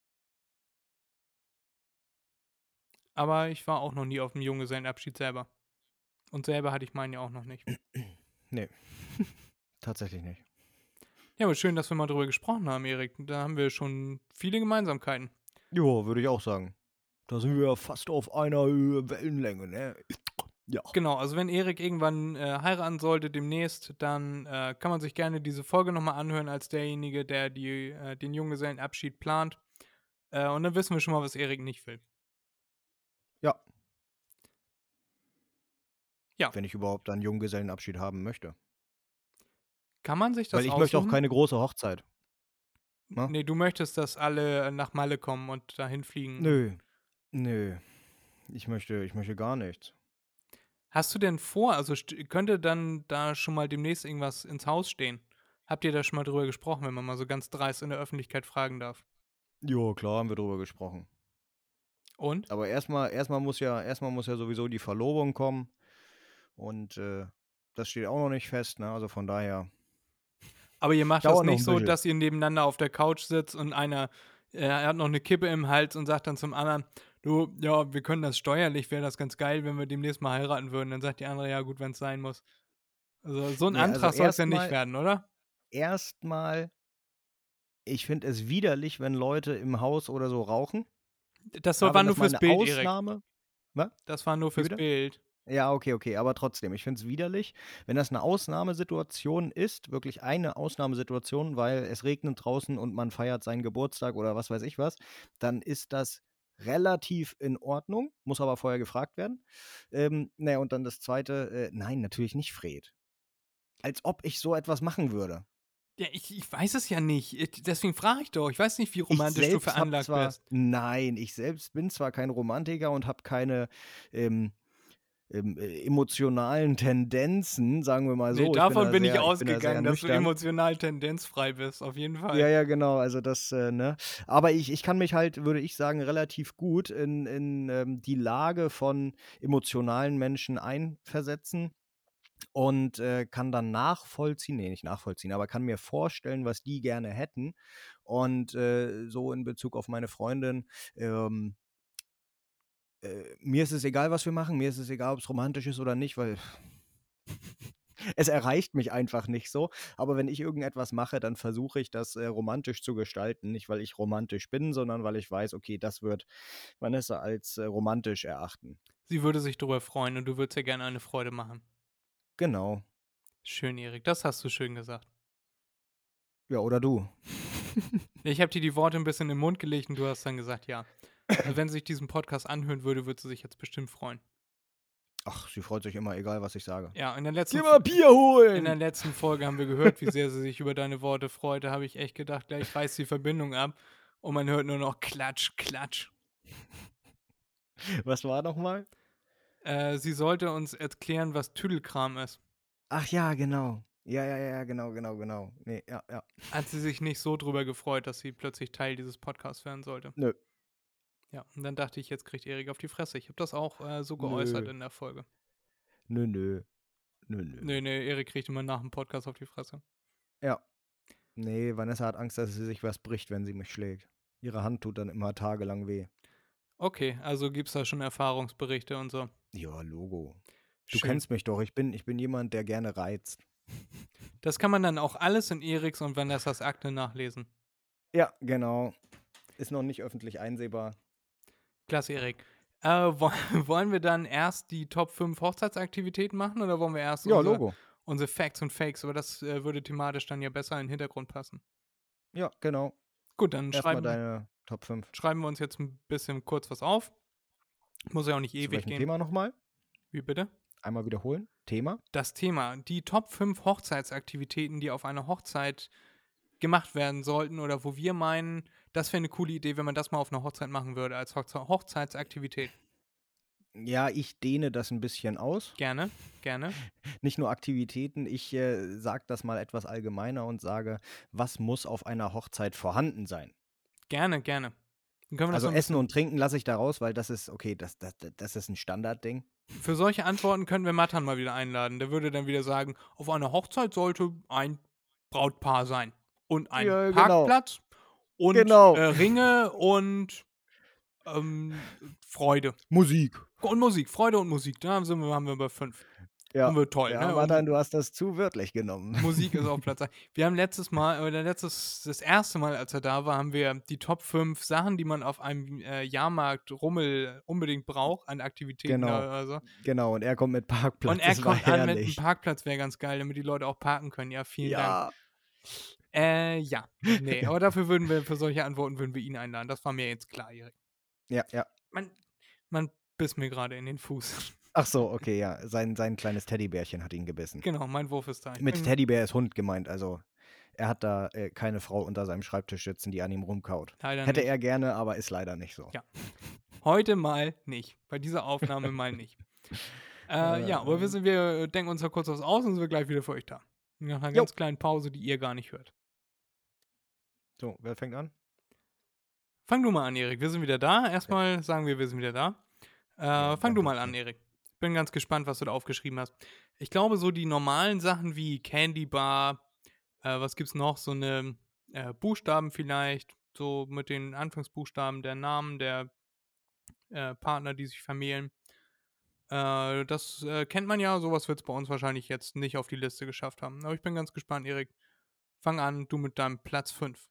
Speaker 3: Aber ich war auch noch nie auf dem Junggesellenabschied selber. Und selber hatte ich meinen ja auch noch nicht.
Speaker 2: Nee. Tatsächlich nicht.
Speaker 3: Ja, aber schön, dass wir mal drüber gesprochen haben, Erik. Da haben wir schon viele Gemeinsamkeiten.
Speaker 2: Jo, würde ich auch sagen. Da sind wir fast auf einer Wellenlänge, ne? Ja.
Speaker 3: Genau, also wenn Erik irgendwann heiraten sollte demnächst, dann kann man sich gerne diese Folge nochmal anhören als derjenige, der den Junggesellenabschied plant. Und dann wissen wir schon mal, was Erik nicht will.
Speaker 2: Ja.
Speaker 3: Ja.
Speaker 2: Wenn ich überhaupt einen Junggesellenabschied haben möchte.
Speaker 3: Kann man sich das
Speaker 2: Weil ich
Speaker 3: aussuchen?
Speaker 2: möchte auch keine große Hochzeit. Na?
Speaker 3: Nee, du möchtest, dass alle nach Malle kommen und dahin fliegen.
Speaker 2: Nö. Ich möchte gar nichts.
Speaker 3: Hast du denn vor, also könnte dann da schon mal demnächst irgendwas ins Haus stehen? Habt ihr da schon mal drüber gesprochen, wenn man mal so ganz dreist in der Öffentlichkeit fragen darf?
Speaker 2: Jo, klar, haben wir drüber gesprochen.
Speaker 3: Und?
Speaker 2: Aber erstmal muss ja sowieso die Verlobung kommen. Und das steht auch noch nicht fest, ne? Also von daher.
Speaker 3: Aber ihr macht
Speaker 2: Dauert
Speaker 3: das
Speaker 2: noch
Speaker 3: nicht
Speaker 2: ein
Speaker 3: so,
Speaker 2: bisschen.
Speaker 3: dass ihr nebeneinander auf der Couch sitzt und einer hat noch eine Kippe im Hals und sagt dann zum anderen, du, ja, wir können das steuerlich, wäre das ganz geil, wenn wir demnächst mal heiraten würden. Dann sagt die andere, ja gut, wenn es sein muss. Also so ein
Speaker 2: Nee, also
Speaker 3: Antrag soll es ja nicht
Speaker 2: erstmal-
Speaker 3: werden, oder?
Speaker 2: Erstmal, ich finde es widerlich, wenn Leute im Haus oder so rauchen.
Speaker 3: Das
Speaker 2: Ja,
Speaker 3: war
Speaker 2: wenn
Speaker 3: nur
Speaker 2: das mal
Speaker 3: fürs
Speaker 2: eine
Speaker 3: Bild, Erik.
Speaker 2: Ausnahme.
Speaker 3: Das war nur
Speaker 2: Wie
Speaker 3: fürs
Speaker 2: bitte?
Speaker 3: Bild.
Speaker 2: Ja, okay, aber trotzdem, ich finde es widerlich, wenn das eine Ausnahmesituation ist, wirklich eine Ausnahmesituation, weil es regnet draußen und man feiert seinen Geburtstag oder was weiß ich was, dann ist das relativ in Ordnung, muss aber vorher gefragt werden. Na ja, und dann das Zweite, nein, natürlich nicht Fred. Als ob ich so etwas machen würde.
Speaker 3: Ja, ich weiß es ja nicht. Deswegen frage ich doch. Ich weiß nicht, wie
Speaker 2: Ich
Speaker 3: romantisch du
Speaker 2: selbst habe
Speaker 3: veranlagt
Speaker 2: zwar
Speaker 3: bist.
Speaker 2: nein, ich selbst bin zwar kein Romantiker und habe keine, ähm emotionalen Tendenzen, sagen wir mal
Speaker 3: Nee,
Speaker 2: so.
Speaker 3: davon bin ich
Speaker 2: Ich bin da sehr
Speaker 3: ausgegangen, dass du
Speaker 2: nüchtern.
Speaker 3: emotional tendenzfrei bist, auf jeden Fall.
Speaker 2: Ja, genau, also das, ne? Aber ich kann mich halt, würde ich sagen, relativ gut in die Lage von emotionalen Menschen einversetzen und, kann dann nachvollziehen, ne, nicht nachvollziehen, aber kann mir vorstellen, was die gerne hätten. Und, so in Bezug auf meine Freundin, ähm mir ist es egal, was wir machen. Mir ist es egal, ob es romantisch ist oder nicht, weil es erreicht mich einfach nicht so. Aber wenn ich irgendetwas mache, dann versuche ich das, romantisch zu gestalten. Nicht, weil ich romantisch bin, sondern weil ich weiß, okay, das wird Vanessa als, romantisch erachten.
Speaker 3: Sie würde sich darüber freuen und du würdest ihr gerne eine Freude machen.
Speaker 2: Genau.
Speaker 3: Schön, Erik, das hast du schön gesagt.
Speaker 2: Ja, oder du.
Speaker 3: Ich habe dir die Worte ein bisschen in den Mund gelegt und du hast dann gesagt, ja. Also wenn sie sich diesen Podcast anhören würde, würde sie sich jetzt bestimmt freuen.
Speaker 2: Ach, sie freut sich immer, egal was ich sage.
Speaker 3: Ja, in der
Speaker 2: Bier
Speaker 3: in der
Speaker 2: holen!
Speaker 3: letzten Folge haben wir gehört, wie sehr sie sich über deine Worte freut. Da habe ich echt gedacht, gleich reißt die Verbindung ab und man hört nur noch Klatsch, Klatsch.
Speaker 2: Was war noch mal?
Speaker 3: Sie sollte uns erklären, was Tüdelkram ist.
Speaker 2: Ach ja, genau. Ja, genau. Ne, ja.
Speaker 3: Hat sie sich nicht so drüber gefreut, dass sie plötzlich Teil dieses Podcasts werden sollte.
Speaker 2: Nö.
Speaker 3: Ja, und dann dachte ich, jetzt kriegt Erik auf die Fresse. Ich habe das auch so geäußert
Speaker 2: Nö.
Speaker 3: in der Folge.
Speaker 2: Nö.
Speaker 3: Nee, Erik kriegt immer nach dem Podcast auf die Fresse.
Speaker 2: Ja. Ne, Vanessa hat Angst, dass sie sich was bricht, wenn sie mich schlägt. Ihre Hand tut dann immer tagelang weh.
Speaker 3: Okay, also gibt's da schon Erfahrungsberichte und so.
Speaker 2: Ja, Logo. Du
Speaker 3: Schön.
Speaker 2: kennst mich doch, ich bin jemand, der gerne reizt.
Speaker 3: Das kann man dann auch alles in Eriks und Vanessas Akte nachlesen.
Speaker 2: Ja, genau. Ist noch nicht öffentlich einsehbar.
Speaker 3: Klasse, Erik. Wollen wir dann erst die Top 5 Hochzeitsaktivitäten machen oder wollen wir erst
Speaker 2: Ja, Logo.
Speaker 3: unsere Facts und Fakes? Aber das würde thematisch dann ja besser in den Hintergrund passen.
Speaker 2: Ja, genau.
Speaker 3: Gut, dann
Speaker 2: Erstmal deine Top 5.
Speaker 3: schreiben wir uns jetzt ein bisschen kurz was auf. Muss ja auch nicht
Speaker 2: Zu
Speaker 3: ewig
Speaker 2: welchem
Speaker 3: gehen.
Speaker 2: Thema nochmal?
Speaker 3: Wie bitte?
Speaker 2: Einmal wiederholen. Thema?
Speaker 3: Das Thema, die Top 5 Hochzeitsaktivitäten, die auf einer Hochzeit gemacht werden sollten oder wo wir meinen, das wäre eine coole Idee, wenn man das mal auf einer Hochzeit machen würde, als Hochzeitsaktivität.
Speaker 2: Ja, ich dehne das ein bisschen aus.
Speaker 3: Gerne.
Speaker 2: Nicht nur Aktivitäten, ich sage das mal etwas allgemeiner und sage, was muss auf einer Hochzeit vorhanden sein?
Speaker 3: Gerne. Dann können wir das
Speaker 2: Also
Speaker 3: so ein
Speaker 2: Essen
Speaker 3: bisschen,
Speaker 2: und Trinken lasse ich da raus, weil das ist, okay, das ist ein Standardding.
Speaker 3: für solche Antworten können wir Matan mal wieder einladen. Der würde dann wieder sagen, auf einer Hochzeit sollte ein Brautpaar sein und ein
Speaker 2: Ja, genau.
Speaker 3: Parkplatz und
Speaker 2: Genau.
Speaker 3: Ringe und Freude.
Speaker 2: Musik.
Speaker 3: Und Musik, Freude und Musik. Da haben wir bei 5.
Speaker 2: Ja,
Speaker 3: Haben wir toll,
Speaker 2: ja,
Speaker 3: ne?
Speaker 2: Martin, du hast das zu wörtlich genommen.
Speaker 3: Musik ist auf Platz 1. Wir haben das erste Mal, als er da war, haben wir die Top 5 Sachen, die man auf einem Jahrmarkt Rummel unbedingt braucht, an Aktivitäten
Speaker 2: Genau.
Speaker 3: oder so.
Speaker 2: Genau, und er kommt mit Parkplatz.
Speaker 3: Und er
Speaker 2: das war
Speaker 3: kommt an mit einem
Speaker 2: herrlich.
Speaker 3: Parkplatz, wäre ganz geil, damit die Leute auch parken können. Ja, vielen Dank.
Speaker 2: Ja.
Speaker 3: Nee, aber dafür für solche Antworten würden wir ihn einladen. Das war mir jetzt klar, Erik.
Speaker 2: Ja.
Speaker 3: Man biss mir gerade in den Fuß.
Speaker 2: Ach so, okay, ja. Sein kleines Teddybärchen hat ihn gebissen.
Speaker 3: Genau, mein Wurf ist da.
Speaker 2: Mit Teddybär ist Hund gemeint, also er hat da keine Frau unter seinem Schreibtisch sitzen, die an ihm rumkaut.
Speaker 3: Leider
Speaker 2: Hätte
Speaker 3: nicht.
Speaker 2: er gerne, aber ist leider nicht so.
Speaker 3: Ja. Heute mal nicht. Bei dieser Aufnahme mal nicht. Ja, aber wir denken uns da kurz was aus und sind wir gleich wieder für euch da. Nach einer ganz kleinen Pause, die ihr gar nicht hört.
Speaker 2: So, wer fängt an?
Speaker 3: Fang du mal an, Erik. Wir sind wieder da. Erstmal sagen wir sind wieder da. Fang du mal an, Erik. Bin ganz gespannt, was du da aufgeschrieben hast. Ich glaube, so die normalen Sachen wie Candy Bar, was gibt's noch? So eine Buchstaben vielleicht, so mit den Anfangsbuchstaben der Namen der Partner, die sich vermählen. Das kennt man ja, sowas wird es bei uns wahrscheinlich jetzt nicht auf die Liste geschafft haben. Aber ich bin ganz gespannt, Erik. Fang an, du mit deinem Platz 5.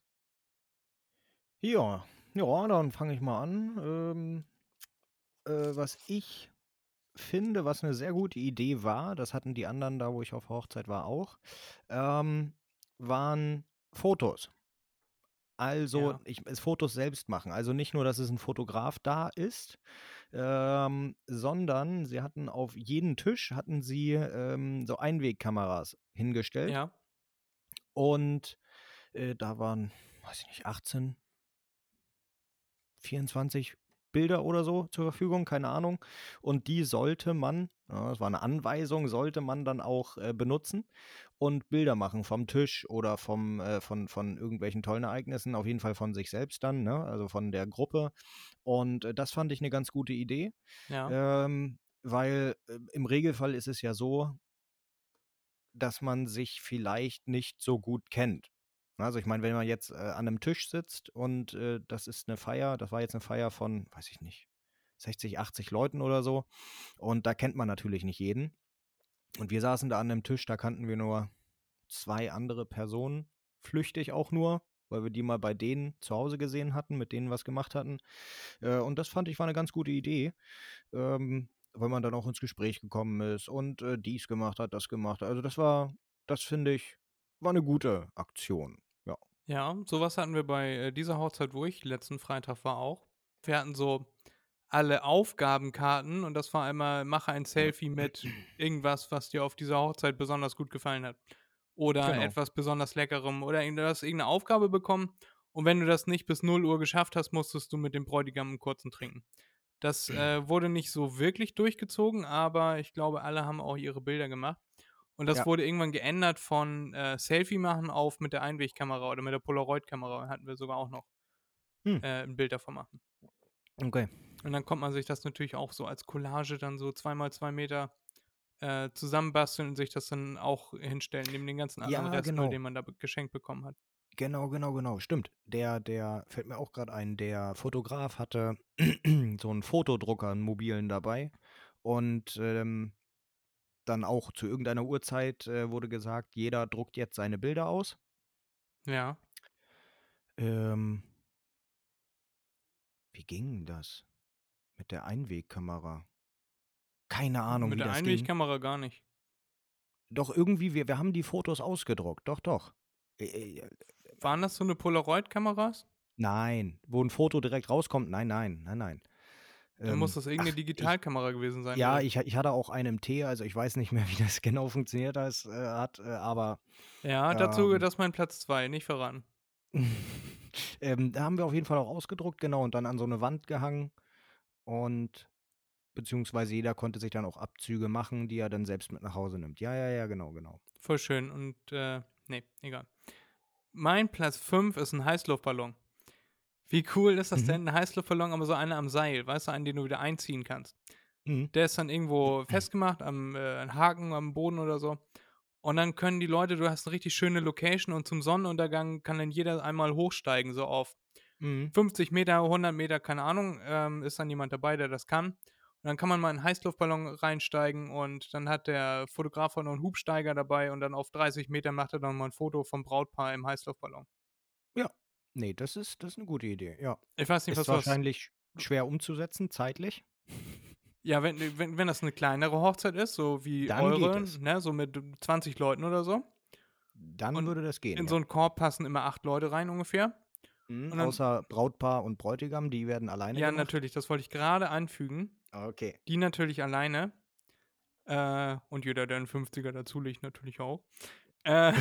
Speaker 2: Ja, dann fange ich mal an. Was ich finde, was eine sehr gute Idee war, das hatten die anderen da, wo ich auf Hochzeit war, auch, ähm, waren Fotos. Also,
Speaker 3: Ja.
Speaker 2: Fotos selbst machen. Also nicht nur, dass es ein Fotograf da ist, sondern sie hatten auf jeden Tisch hatten sie, so Einwegkameras hingestellt
Speaker 3: Ja.
Speaker 2: und, da waren, weiß ich nicht, 18, 24 Bilder oder so zur Verfügung, keine Ahnung. Und die sollte man, ja, das war eine Anweisung, sollte man dann auch, benutzen und Bilder machen vom Tisch oder von irgendwelchen tollen Ereignissen, auf jeden Fall von sich selbst dann, ne, also von der Gruppe. Und, das fand ich eine ganz gute Idee,
Speaker 3: Ja.
Speaker 2: weil, im Regelfall ist es ja so, dass man sich vielleicht nicht so gut kennt. Also, ich meine, wenn man jetzt, an einem Tisch sitzt und, das ist eine Feier, das war jetzt eine Feier von, weiß ich nicht, 60, 80 Leuten oder so, und da kennt man natürlich nicht jeden. Und wir saßen da an 'nem Tisch, da kannten wir nur 2 andere Personen, flüchtig auch nur, weil wir die mal bei denen zu Hause gesehen hatten, mit denen was gemacht hatten. Und das fand ich, war eine ganz gute Idee, weil man dann auch ins Gespräch gekommen ist und, dies gemacht hat, das gemacht hat. Also, das finde ich, war eine gute Aktion. Ja.
Speaker 3: Ja, sowas hatten wir bei, dieser Hochzeit, wo ich letzten Freitag war, auch. Wir hatten so alle Aufgabenkarten und das war einmal: „Mache ein Selfie mit irgendwas, was dir auf dieser Hochzeit besonders gut gefallen hat.“ Oder
Speaker 2: Genau.
Speaker 3: etwas besonders Leckerem oder du hast irgend 'ne Aufgabe bekommen und wenn du das nicht bis 0 Uhr geschafft hast, musstest du mit dem Bräutigam 'n kurzen trinken. Das, wurde nicht so wirklich durchgezogen, aber ich glaube, alle haben auch ihre Bilder gemacht. Und das
Speaker 2: Ja.
Speaker 3: wurde irgendwann geändert von, Selfie machen auf mit der Einwegkamera oder mit der Polaroid-Kamera hatten wir sogar auch noch,
Speaker 2: Hm,
Speaker 3: 'n Bild davon machen.
Speaker 2: okay.
Speaker 3: Und dann konnte man sich das natürlich auch so als Collage dann so 2 mal 2 Meter, zusammenbasteln und sich das dann auch hinstellen, neben den ganzen anderen
Speaker 2: Ja,
Speaker 3: Restmüll,
Speaker 2: genau.
Speaker 3: den man da geschenkt bekommen hat.
Speaker 2: Genau, genau, genau. Stimmt. Der fällt mir auch gerade ein, der Fotograf hatte so einen Fotodrucker, 'n mobilen dabei und, dann auch zu irgendeiner Uhrzeit, wurde gesagt, jeder druckt jetzt seine Bilder aus.
Speaker 3: Ja,
Speaker 2: Ähm, wie ging 'n das mit der Einwegkamera? Keine Ahnung,
Speaker 3: mit
Speaker 2: wie
Speaker 3: der
Speaker 2: das ging.
Speaker 3: Einwegkamera gar nicht.
Speaker 2: Doch irgendwie, wir haben die Fotos ausgedruckt. Doch, doch.
Speaker 3: Waren das so 'ne Polaroid-Kameras?
Speaker 2: Nein, wo 'n Foto direkt rauskommt. Nein, nein, nein, nein.
Speaker 3: Dann muss das irgend 'ne
Speaker 2: Ach,
Speaker 3: Digitalkamera gewesen sein
Speaker 2: ja,
Speaker 3: direkt.
Speaker 2: ich hatte auch eine im Tee, also ich weiß nicht mehr, wie das genau funktioniert hat, aber,
Speaker 3: Ja, dazu
Speaker 2: ähm
Speaker 3: das ist mein Platz 2, nicht verraten.
Speaker 2: da haben wir auf jeden Fall auch ausgedruckt, genau, und dann an so 'ne Wand gehangen und beziehungsweise jeder konnte sich dann auch Abzüge machen, die er dann selbst mit nach Hause nimmt. Ja, ja, ja, genau, genau.
Speaker 3: Voll schön und, ne, egal. Mein Platz 5 ist 'n Heißluftballon. Wie cool ist das
Speaker 2: Mhm,
Speaker 3: denn? 'N Heißluftballon, aber so einer am Seil, weißt du, einen, den du wieder einziehen kannst.
Speaker 2: mhm.
Speaker 3: Der ist dann irgendwo festgemacht am, Haken am Boden oder so. Und dann können die Leute du hast 'ne richtig schöne Location und zum Sonnenuntergang kann dann jeder einmal hochsteigen, so auf
Speaker 2: Mhm.
Speaker 3: 50 Meter, 100 Meter, keine Ahnung, ist dann jemand dabei, der das kann. Und dann kann man mal in 'n Heißluftballon reinsteigen und dann hat der Fotograf auch noch 'n Hubsteiger dabei und dann auf 30 Meter macht er dann mal 'n Foto vom Brautpaar im Heißluftballon.
Speaker 2: Ja. Ne, das ist 'ne gute Idee, ja.
Speaker 3: Ich weiß nicht,
Speaker 2: Ist
Speaker 3: was
Speaker 2: wahrscheinlich schwer umzusetzen zeitlich.
Speaker 3: ja, wenn das 'ne kleinere Hochzeit ist, so wie
Speaker 2: Dann geht
Speaker 3: eure,
Speaker 2: es.
Speaker 3: ne, so mit 20 Leuten oder so.
Speaker 2: Dann
Speaker 3: Und
Speaker 2: würde das gehen,
Speaker 3: in so
Speaker 2: ja.
Speaker 3: 'n Korb passen immer 8 Leute rein ungefähr.
Speaker 2: Mhm,
Speaker 3: Und dann
Speaker 2: außer Brautpaar und Bräutigam, die werden alleine
Speaker 3: ja,
Speaker 2: gemacht.
Speaker 3: natürlich, das wollte ich grade anfügen.
Speaker 2: Okay.
Speaker 3: Die natürlich alleine, und jeder, der 'n 50er dazulegt, natürlich auch. Äh,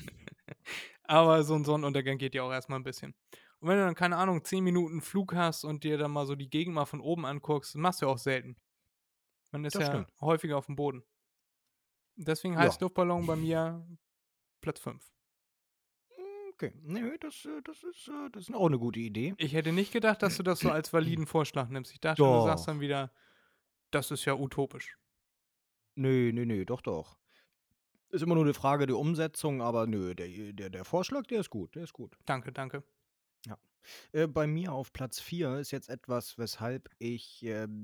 Speaker 3: aber so 'n Sonnenuntergang geht ja auch erst mal 'n bisschen. Und wenn du dann, keine Ahnung, 10 Minuten Flug hast und dir dann mal so die Gegend mal von oben anguckst, machst du ja auch selten. Man ist
Speaker 2: Das
Speaker 3: ja
Speaker 2: stimmt.
Speaker 3: häufiger aufm Boden. Deswegen
Speaker 2: Ja.
Speaker 3: Heißluftballon bei mir Platz 5.
Speaker 2: Okay. Ne, das ist auch 'ne gute Idee.
Speaker 3: Ich hätte nicht gedacht, dass du das so als validen Vorschlag nimmst. Ich dachte, du sagst dann
Speaker 2: Doch.
Speaker 3: wieder: „Das ist ja utopisch.“
Speaker 2: Ne, ne, ne, doch, doch. Ist immer nur 'ne Frage der Umsetzung, aber nö, der Vorschlag, der ist gut, der ist gut.
Speaker 3: Danke, danke.
Speaker 2: Ja. Bei mir auf Platz 4 ist jetzt etwas, weshalb ich,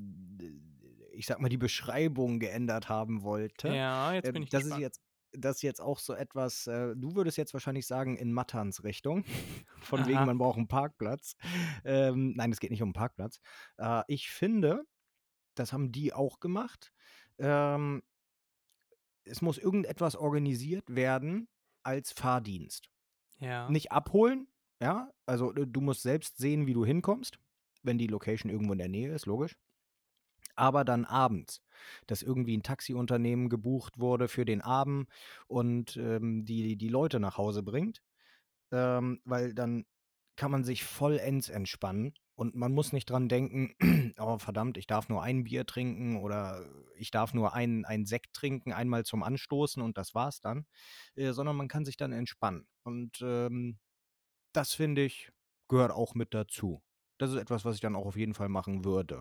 Speaker 2: ich sage mal, die Beschreibung geändert haben wollte.
Speaker 3: Ja, jetzt bin ich
Speaker 2: Das ist
Speaker 3: gespannt.
Speaker 2: jetzt, das ist jetzt auch so etwas, du würdest jetzt wahrscheinlich sagen, in Matterns Richtung, von wegen,
Speaker 3: Aha,
Speaker 2: man braucht 'n Parkplatz. Nein, es geht nicht um 'n Parkplatz. Ich finde, das haben die auch gemacht. Ähm, Es muss irgendetwas organisiert werden als Fahrdienst.
Speaker 3: Ja.
Speaker 2: Nicht abholen, ja, also du musst selbst sehen, wie du hinkommst, wenn die Location irgendwo in der Nähe ist, logisch. Aber dann abends, dass irgendwie ein Taxiunternehmen gebucht wurde für den Abend und die Leute nach Hause bringt, weil dann kann man sich vollends entspannen und man muss nicht dran denken, oh verdammt, ich darf nur ein Bier trinken oder ich darf nur einen Sekt trinken, einmal zum Anstoßen und das war's dann, sondern man kann sich dann entspannen. Und das finde ich, gehört auch mit dazu. Das ist etwas, was ich dann auch auf jeden Fall machen würde.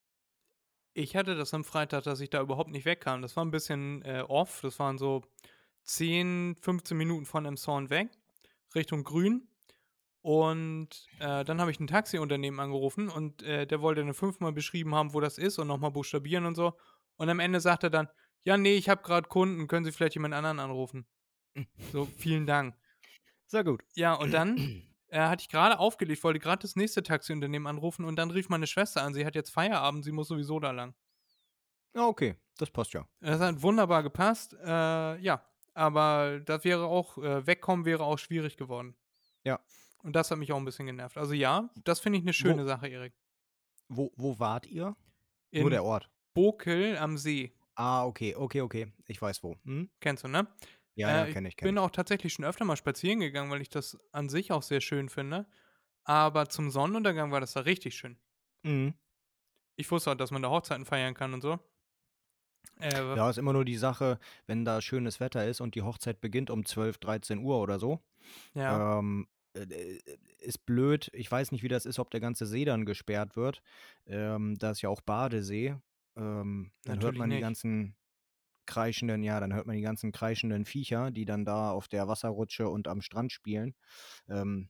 Speaker 3: Ich hatte das am Freitag, dass ich da überhaupt nicht wegkam. Das war ein bisschen, off. Das waren so 10, 15 Minuten von Emshorn weg, Richtung Grün. Und, dann habe ich ein Taxiunternehmen angerufen und, der wollte dann 5-mal beschrieben haben, wo das ist und noch mal buchstabieren und so. Und am Ende sagt er dann: „Ja, nee, ich habe gerade Kunden, können Sie vielleicht jemand anderen anrufen?“ So, vielen Dank.
Speaker 2: Sehr gut.
Speaker 3: Ja, und dann, hatte ich gerade aufgelegt, wollte gerade das nächste Taxiunternehmen anrufen und dann rief meine Schwester an, sie hat jetzt Feierabend, sie muss sowieso da lang.
Speaker 2: Ja, okay, das passt ja.
Speaker 3: Das hat wunderbar gepasst, ja, aber das wäre auch wegkommen wäre auch schwierig geworden.
Speaker 2: Ja.
Speaker 3: Und das hat mich auch 'n bisschen genervt. Also ja, das finde ich 'ne
Speaker 2: Wo,
Speaker 3: schöne Sache, Erik.
Speaker 2: wo wart ihr? Nur
Speaker 3: In
Speaker 2: der Ort.
Speaker 3: Bokel am See.
Speaker 2: Ah, okay, okay, okay. Ich weiß wo. Hm?
Speaker 3: Kennst du, ne?
Speaker 2: Ja, ja,
Speaker 3: Ich
Speaker 2: kenne
Speaker 3: bin
Speaker 2: ich.
Speaker 3: auch tatsächlich schon öfter mal spazieren gegangen, weil ich das an sich auch sehr schön finde. Aber zum Sonnenuntergang war das da richtig schön.
Speaker 2: Mhm.
Speaker 3: Ich wusste auch, dass man da Hochzeiten feiern kann und so. Äh,
Speaker 2: Ja, ist immer nur die Sache, wenn da schönes Wetter ist und die Hochzeit beginnt um 12, 13 Uhr oder so.
Speaker 3: ja,
Speaker 2: Ähm, ist blöd. Ich weiß nicht, wie das ist, ob der ganze See dann gesperrt wird. Da ist ja auch Badesee. Dann hört
Speaker 3: natürlich
Speaker 2: man die
Speaker 3: nicht.
Speaker 2: ganzen kreischenden, ja, dann hört man die ganzen kreischenden Viecher, die dann da auf der Wasserrutsche und am Strand spielen. Ähm,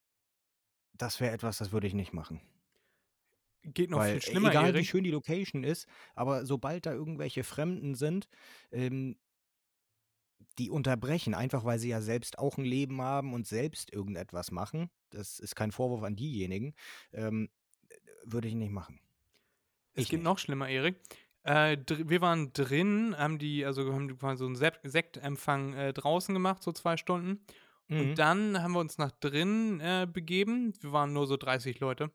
Speaker 2: Das wäre etwas, das würde ich nicht machen.
Speaker 3: Geht noch
Speaker 2: Weil
Speaker 3: viel schlimmer,
Speaker 2: egal wie
Speaker 3: Erik.
Speaker 2: schön die Location ist, aber sobald da irgendwelche Fremden sind, ähm, die unterbrechen, einfach weil sie ja selbst auch ein Leben haben und selbst irgendetwas machen. Das ist kein Vorwurf an diejenigen. Ähm, Würde ich nicht machen.
Speaker 3: Es
Speaker 2: Ich
Speaker 3: geht
Speaker 2: nicht.
Speaker 3: noch schlimmer, Erik. Wir waren drin, haben quasi so einen Sektempfang, draußen gemacht, so 2 Stunden. Und
Speaker 2: Mhm.
Speaker 3: dann haben wir uns nach drinnen, begeben. Wir waren nur so 30 Leute.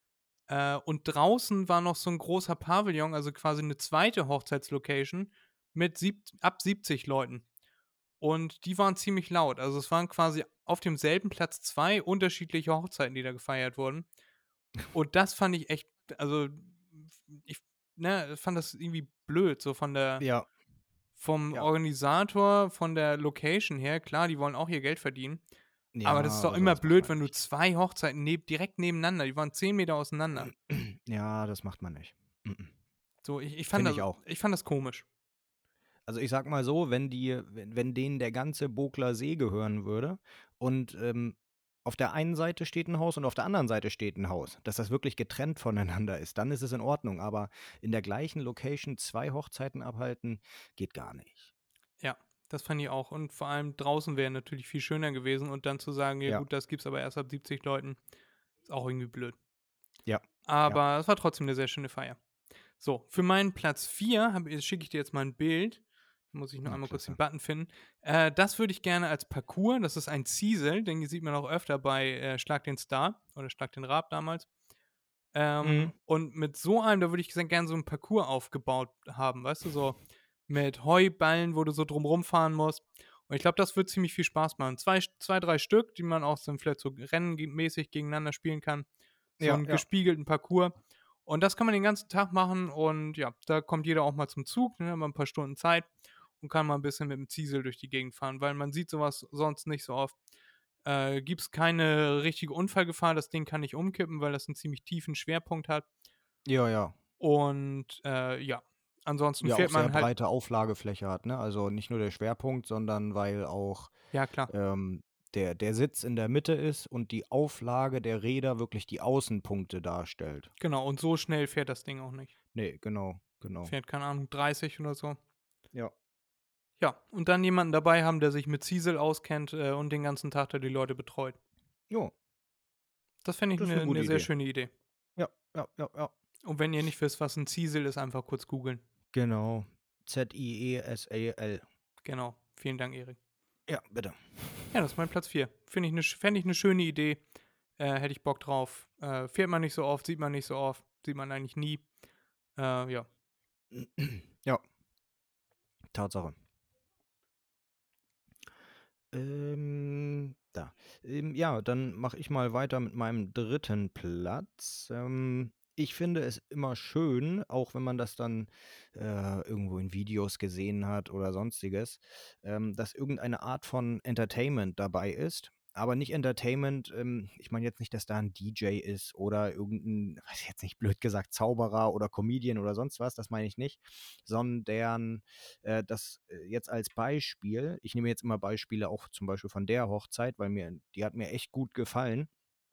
Speaker 3: Und draußen war noch so ein großer Pavillon, also quasi eine zweite Hochzeitslocation mit ab 70 Leuten. Und die waren ziemlich laut. Also, es waren quasi auf demselben Platz 2 unterschiedliche Hochzeiten, die da gefeiert wurden. Und das fand ich echt, also, ich, ne, fand das irgendwie blöd, so
Speaker 2: Ja,
Speaker 3: vom
Speaker 2: ja.
Speaker 3: Organisator, von der Location her. Klar, die wollen auch ihr Geld verdienen,
Speaker 2: Ja,
Speaker 3: aber das ist doch
Speaker 2: aber
Speaker 3: immer
Speaker 2: sowas macht
Speaker 3: blöd,
Speaker 2: man
Speaker 3: wenn du
Speaker 2: nicht.
Speaker 3: 2 Hochzeiten direkt nebeneinander, die waren 10 Meter auseinander.
Speaker 2: Ja, das macht man nicht. Mhm.
Speaker 3: So,
Speaker 2: Finde ich auch.
Speaker 3: ich fand das komisch.
Speaker 2: Also, ich sag mal so, wenn denen der ganze Bokler See gehören würde und, auf der einen Seite steht ein Haus und auf der anderen Seite steht ein Haus, dass das wirklich getrennt voneinander ist, dann ist es in Ordnung, aber in der gleichen Location 2 Hochzeiten abhalten, geht gar nicht.
Speaker 3: Ja, das fand ich auch. Und vor allem draußen wäre natürlich viel schöner gewesen und dann zu sagen: „Ja
Speaker 2: Ja,
Speaker 3: gut, das gibt's aber erst ab 70 Leuten“, ist auch irgendwie blöd.
Speaker 2: ja, ja.
Speaker 3: Aber es war trotzdem eine sehr schöne Feier. So, für meinen Platz 4 schicke ich dir jetzt mal ein Bild. Da muss ich nur
Speaker 2: Na,
Speaker 3: einmal kurz den
Speaker 2: klasse.
Speaker 3: Button finden. Das würde ich gerne als Parcours, das ist ein Ziesel, den sieht man auch öfter bei, Schlag den Star oder Schlag den Raab damals.
Speaker 2: Mhm.
Speaker 3: Und mit so einem, da würde ich sehr gerne so 'n Parcours aufgebaut haben, weißt du, so mit Heuballen, wo du so drum fahren musst. Und ich glaube, das wird ziemlich viel Spaß machen. 3 Stück, die man auch dann vielleicht so rennenmäßig gegeneinander spielen kann. So
Speaker 2: Ja,
Speaker 3: 'n
Speaker 2: ja.
Speaker 3: gespiegelten Parcours. Und das kann man den ganzen Tag machen und ja, da kommt jeder auch mal zum Zug, ne, hat man 'n paar Stunden Zeit und kann mal 'n bisschen mit dem Ziesel durch die Gegend fahren, weil man sieht so was sonst nicht so oft. Gibt's keine richtige Unfallgefahr, das Ding kann nicht umkippen, weil das 'n ziemlich tiefen Schwerpunkt hat.
Speaker 2: Ja, ja.
Speaker 3: Und, ja, ansonsten
Speaker 2: Ja, auch
Speaker 3: fährt
Speaker 2: sehr
Speaker 3: man halt,
Speaker 2: breite Auflagefläche hat, ne? Also, nicht nur der Schwerpunkt, sondern weil auch,
Speaker 3: ja klar,
Speaker 2: der Sitz in der Mitte ist und die Auflage der Räder wirklich die Außenpunkte darstellt.
Speaker 3: genau, und so schnell fährt das Ding auch nicht.
Speaker 2: Ne, genau, genau.
Speaker 3: Fährt, keine Ahnung, 30 oder so.
Speaker 2: Ja.
Speaker 3: Ja, und dann jemanden dabei haben, der sich mit Ziesel auskennt, und den ganzen Tag da die Leute betreut.
Speaker 2: Jo,
Speaker 3: Das fände ich
Speaker 2: das ist 'ne
Speaker 3: 'ne
Speaker 2: gute
Speaker 3: sehr
Speaker 2: Idee.
Speaker 3: schöne Idee.
Speaker 2: Ja, ja, ja, ja.
Speaker 3: Und wenn ihr nicht wisst, was ein Ziesel ist, einfach kurz googeln.
Speaker 2: Genau. Ziesal.
Speaker 3: Genau. Vielen Dank, Erik.
Speaker 2: Ja, bitte.
Speaker 3: Ja, das ist mein Platz 4. Fände ich eine schöne Idee. Hätte ich Bock drauf. Fährt man nicht so oft, sieht man nicht so oft, sieht man eigentlich nie. Ja.
Speaker 2: Ja. Tatsache. Da. Ja, dann mache ich mal weiter mit meinem dritten Platz. Ich finde es immer schön, auch wenn man das dann irgendwo in Videos gesehen hat oder sonstiges, dass irgendeine Art von Entertainment dabei ist. Aber nicht Entertainment, ich meine jetzt nicht, dass da ein DJ ist oder irgendein, weiß ich jetzt nicht, blöd gesagt, Zauberer oder Comedian oder sonst was, das meine ich nicht, sondern das jetzt als Beispiel, ich nehme jetzt immer Beispiele auch zum Beispiel von der Hochzeit, weil die hat mir echt gut gefallen,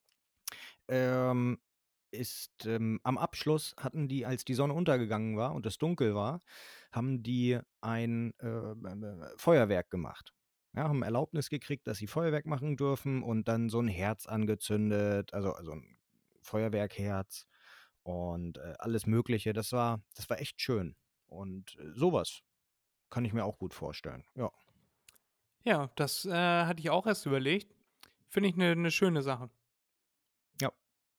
Speaker 2: am Abschluss hatten die, als die Sonne untergegangen war und es dunkel war, haben die ein Feuerwerk gemacht. Ja, haben Erlaubnis gekriegt, dass sie Feuerwerk machen dürfen und dann so ein Herz angezündet, also ein Feuerwerkherz und alles Mögliche. Das war echt schön. Und sowas kann ich mir auch gut vorstellen. Ja.
Speaker 3: Ja, das hatte ich auch erst überlegt. Finde ich eine schöne Sache.
Speaker 2: Ja.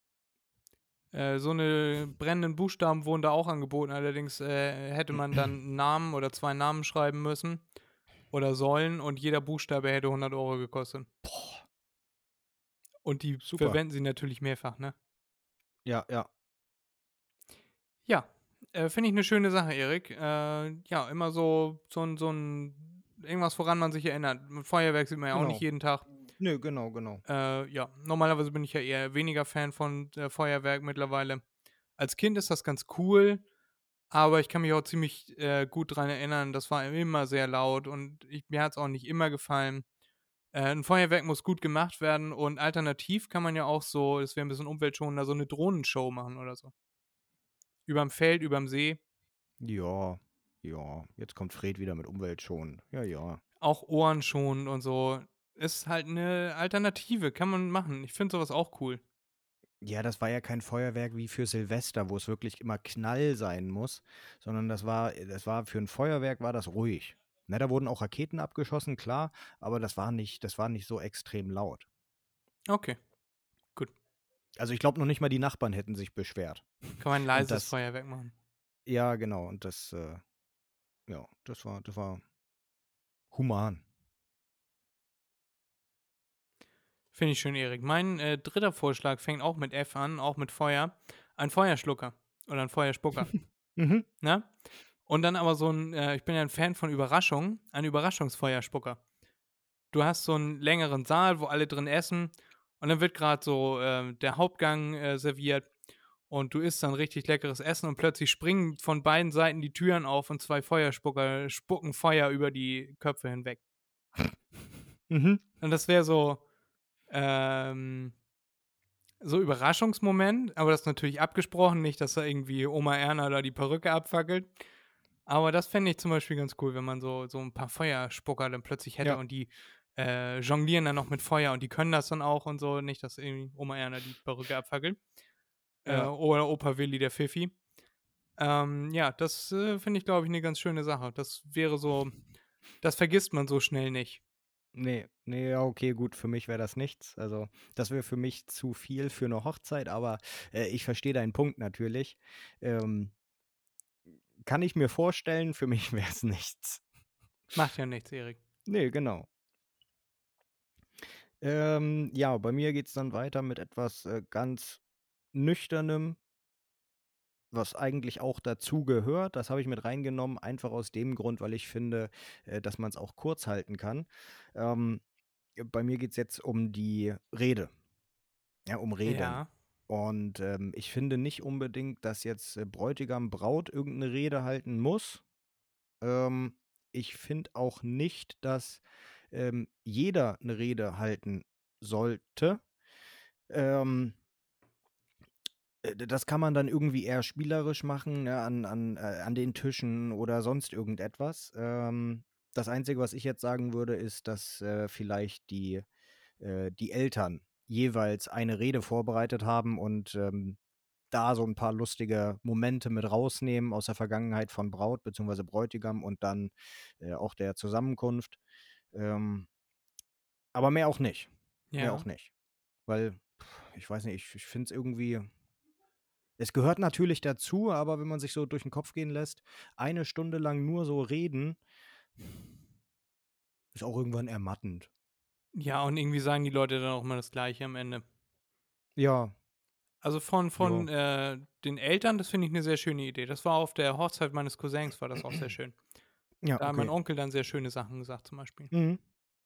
Speaker 3: So eine brennenden Buchstaben wurden da auch angeboten. Allerdings hätte man dann einen Namen oder 2 Namen schreiben müssen oder sollen und jeder Buchstabe hätte 100 Euro gekostet.
Speaker 2: Boah,
Speaker 3: Und die
Speaker 2: super.
Speaker 3: verwenden sie natürlich mehrfach, ne?
Speaker 2: Ja, ja.
Speaker 3: Ja, finde ich eine schöne Sache, Erik. Ja, immer so ein irgendwas, woran man sich erinnert. Feuerwerk sieht man ja auch nicht
Speaker 2: Genau.
Speaker 3: jeden Tag.
Speaker 2: Nö, genau.
Speaker 3: Ja, normalerweise bin ich ja eher weniger Fan von Feuerwerk mittlerweile. Als Kind ist das ganz cool, aber ich kann mich auch ziemlich gut dran erinnern, das war immer sehr laut und mir hat es auch nicht immer gefallen. Ein Feuerwerk muss gut gemacht werden und alternativ kann man ja auch so, das wäre ein bisschen umweltschonender, so eine Drohnenshow machen oder so. Überm Feld, überm See.
Speaker 2: Ja, ja. Jetzt kommt Fred wieder mit Umweltschonen. Ja, ja.
Speaker 3: Auch Ohren schonen und so. Ist halt eine Alternative, kann man machen. Ich finde sowas auch cool.
Speaker 2: Ja, das war ja kein Feuerwerk wie für Silvester, wo es wirklich immer Knall sein muss, sondern das war für ein Feuerwerk war das ruhig. Ne, da wurden auch Raketen abgeschossen, klar, aber das war nicht so extrem laut.
Speaker 3: Okay, gut.
Speaker 2: Also ich glaube noch nicht mal die Nachbarn hätten sich beschwert.
Speaker 3: Kann man ein
Speaker 2: Und
Speaker 3: leises
Speaker 2: das,
Speaker 3: Feuerwerk machen.
Speaker 2: ja, genau, und ja, das war human.
Speaker 3: Finde ich schön, Erik. Mein dritter Vorschlag fängt auch mit F an, auch mit Feuer. Ein Feuerschlucker oder ein Feuerspucker.
Speaker 2: Mhm.
Speaker 3: Ne? Und dann aber ich bin ja ein Fan von Überraschungen, ein Überraschungsfeuerspucker. Du hast so einen längeren Saal, wo alle drin essen und dann wird gerade so der Hauptgang serviert und du isst dann richtig leckeres Essen und plötzlich springen von beiden Seiten die Türen auf und 2 Feuerspucker spucken Feuer über die Köpfe hinweg.
Speaker 2: Mhm.
Speaker 3: Und das wäre so Überraschungsmoment, aber das ist natürlich abgesprochen, nicht, dass da irgendwie Oma Erna da die Perücke abfackelt. Aber das fände ich zum Beispiel ganz cool, wenn man so ein paar Feuerspucker dann plötzlich hätte
Speaker 2: Ja.
Speaker 3: und die jonglieren dann noch mit Feuer und die können das dann auch und so, nicht, dass irgendwie Oma Erna die Perücke abfackelt.
Speaker 2: Ja.
Speaker 3: Oder Opa Willi, der Pfiffi. Ja, das finde ich, glaube ich, eine ganz schöne Sache. Das wäre so, das vergisst man so schnell nicht.
Speaker 2: Nee, ja, okay, gut, für mich wäre das nichts. Also, das wäre für mich zu viel für eine Hochzeit, aber ich verstehe deinen Punkt natürlich. Ähm, kann ich mir vorstellen, für mich wäre es nichts.
Speaker 3: Macht ja nichts, Erik.
Speaker 2: Nee, genau. Ja, bei mir geht es dann weiter mit etwas ganz Nüchternem, was eigentlich auch dazu gehört. Das habe ich mit reingenommen, einfach aus dem Grund, weil ich finde, dass man es auch kurz halten kann. Ähm, bei mir geht es jetzt um die Rede. Ja, um Reden.
Speaker 3: Ja.
Speaker 2: Und ich finde nicht unbedingt, dass jetzt Bräutigam Braut irgendeine Rede halten muss. Ich finde auch nicht, dass jeder eine Rede halten sollte. Ähm, das kann man dann irgendwie eher spielerisch machen, ne, an den Tischen oder sonst irgendetwas. Das Einzige, was ich jetzt sagen würde, ist, dass vielleicht die Eltern jeweils eine Rede vorbereitet haben und da so ein paar lustige Momente mit rausnehmen aus der Vergangenheit von Braut bzw. Bräutigam und dann auch der Zusammenkunft. Aber mehr auch nicht. Mehr auch
Speaker 3: Ja.
Speaker 2: nicht. Weil, ich weiß nicht, ich finde es irgendwie. Es gehört natürlich dazu, aber wenn man sich so durch den Kopf gehen lässt, 1 Stunde lang nur so reden, ist auch irgendwann ermattend.
Speaker 3: Ja, und irgendwie sagen die Leute dann auch immer das Gleiche am Ende.
Speaker 2: Ja,
Speaker 3: Also von den Eltern, das finde ich eine sehr schöne Idee. Das war auf der Hochzeit meines Cousins, war das auch sehr schön.
Speaker 2: ja,
Speaker 3: Da hat mein
Speaker 2: okay.
Speaker 3: Onkel dann sehr schöne Sachen gesagt, zum Beispiel.
Speaker 2: Mhm.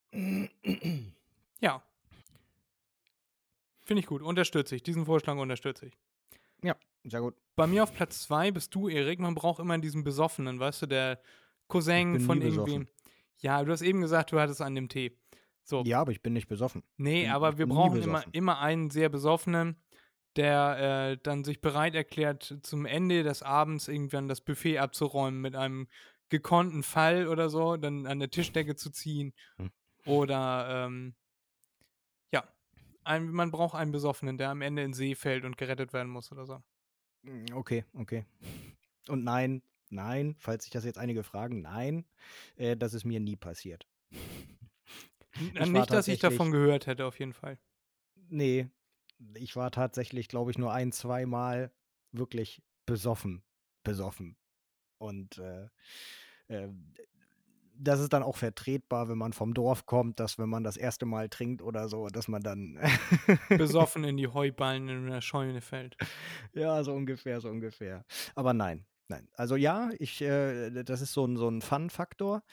Speaker 3: Ja. Finde ich gut. Unterstütze ich. Diesen Vorschlag unterstütze ich.
Speaker 2: Ja, sehr gut.
Speaker 3: Bei mir auf Platz 2 bist du, Erik. Man braucht immer diesen Besoffenen, weißt du, der
Speaker 2: Ich
Speaker 3: Cousin
Speaker 2: bin
Speaker 3: von
Speaker 2: nie
Speaker 3: irgendwem.
Speaker 2: besoffen.
Speaker 3: Ja, du hast eben gesagt, du hattest an dem Tee. So.
Speaker 2: Ja, aber ich bin nicht besoffen.
Speaker 3: Nee,
Speaker 2: Ich
Speaker 3: aber wir
Speaker 2: bin nie
Speaker 3: brauchen
Speaker 2: besoffen.
Speaker 3: immer einen sehr Besoffenen, der dann sich bereit erklärt, zum Ende des Abends irgendwann das Buffet abzuräumen mit einem gekonnten Fall oder so, dann an der Tischdecke zu ziehen.
Speaker 2: Hm.
Speaker 3: Oder, ja, man braucht einen Besoffenen, der am Ende in den See fällt und gerettet werden muss oder so.
Speaker 2: Okay, okay. Und nein, falls sich das jetzt einige fragen, nein, das ist mir nie passiert. Ich war
Speaker 3: Nicht, dass ich davon
Speaker 2: tatsächlich,
Speaker 3: gehört hätte, auf jeden Fall.
Speaker 2: nee, ich war tatsächlich, glaube ich, nur 1, 2 Mal wirklich besoffen. Und das ist dann auch vertretbar, wenn man vom Dorf kommt, dass wenn man das erste Mal trinkt oder so, dass man dann
Speaker 3: Besoffen in die Heuballen in der Scheune fällt.
Speaker 2: Ja, so ungefähr. Aber nein. Also ja, das ist so ein Fun-Faktor.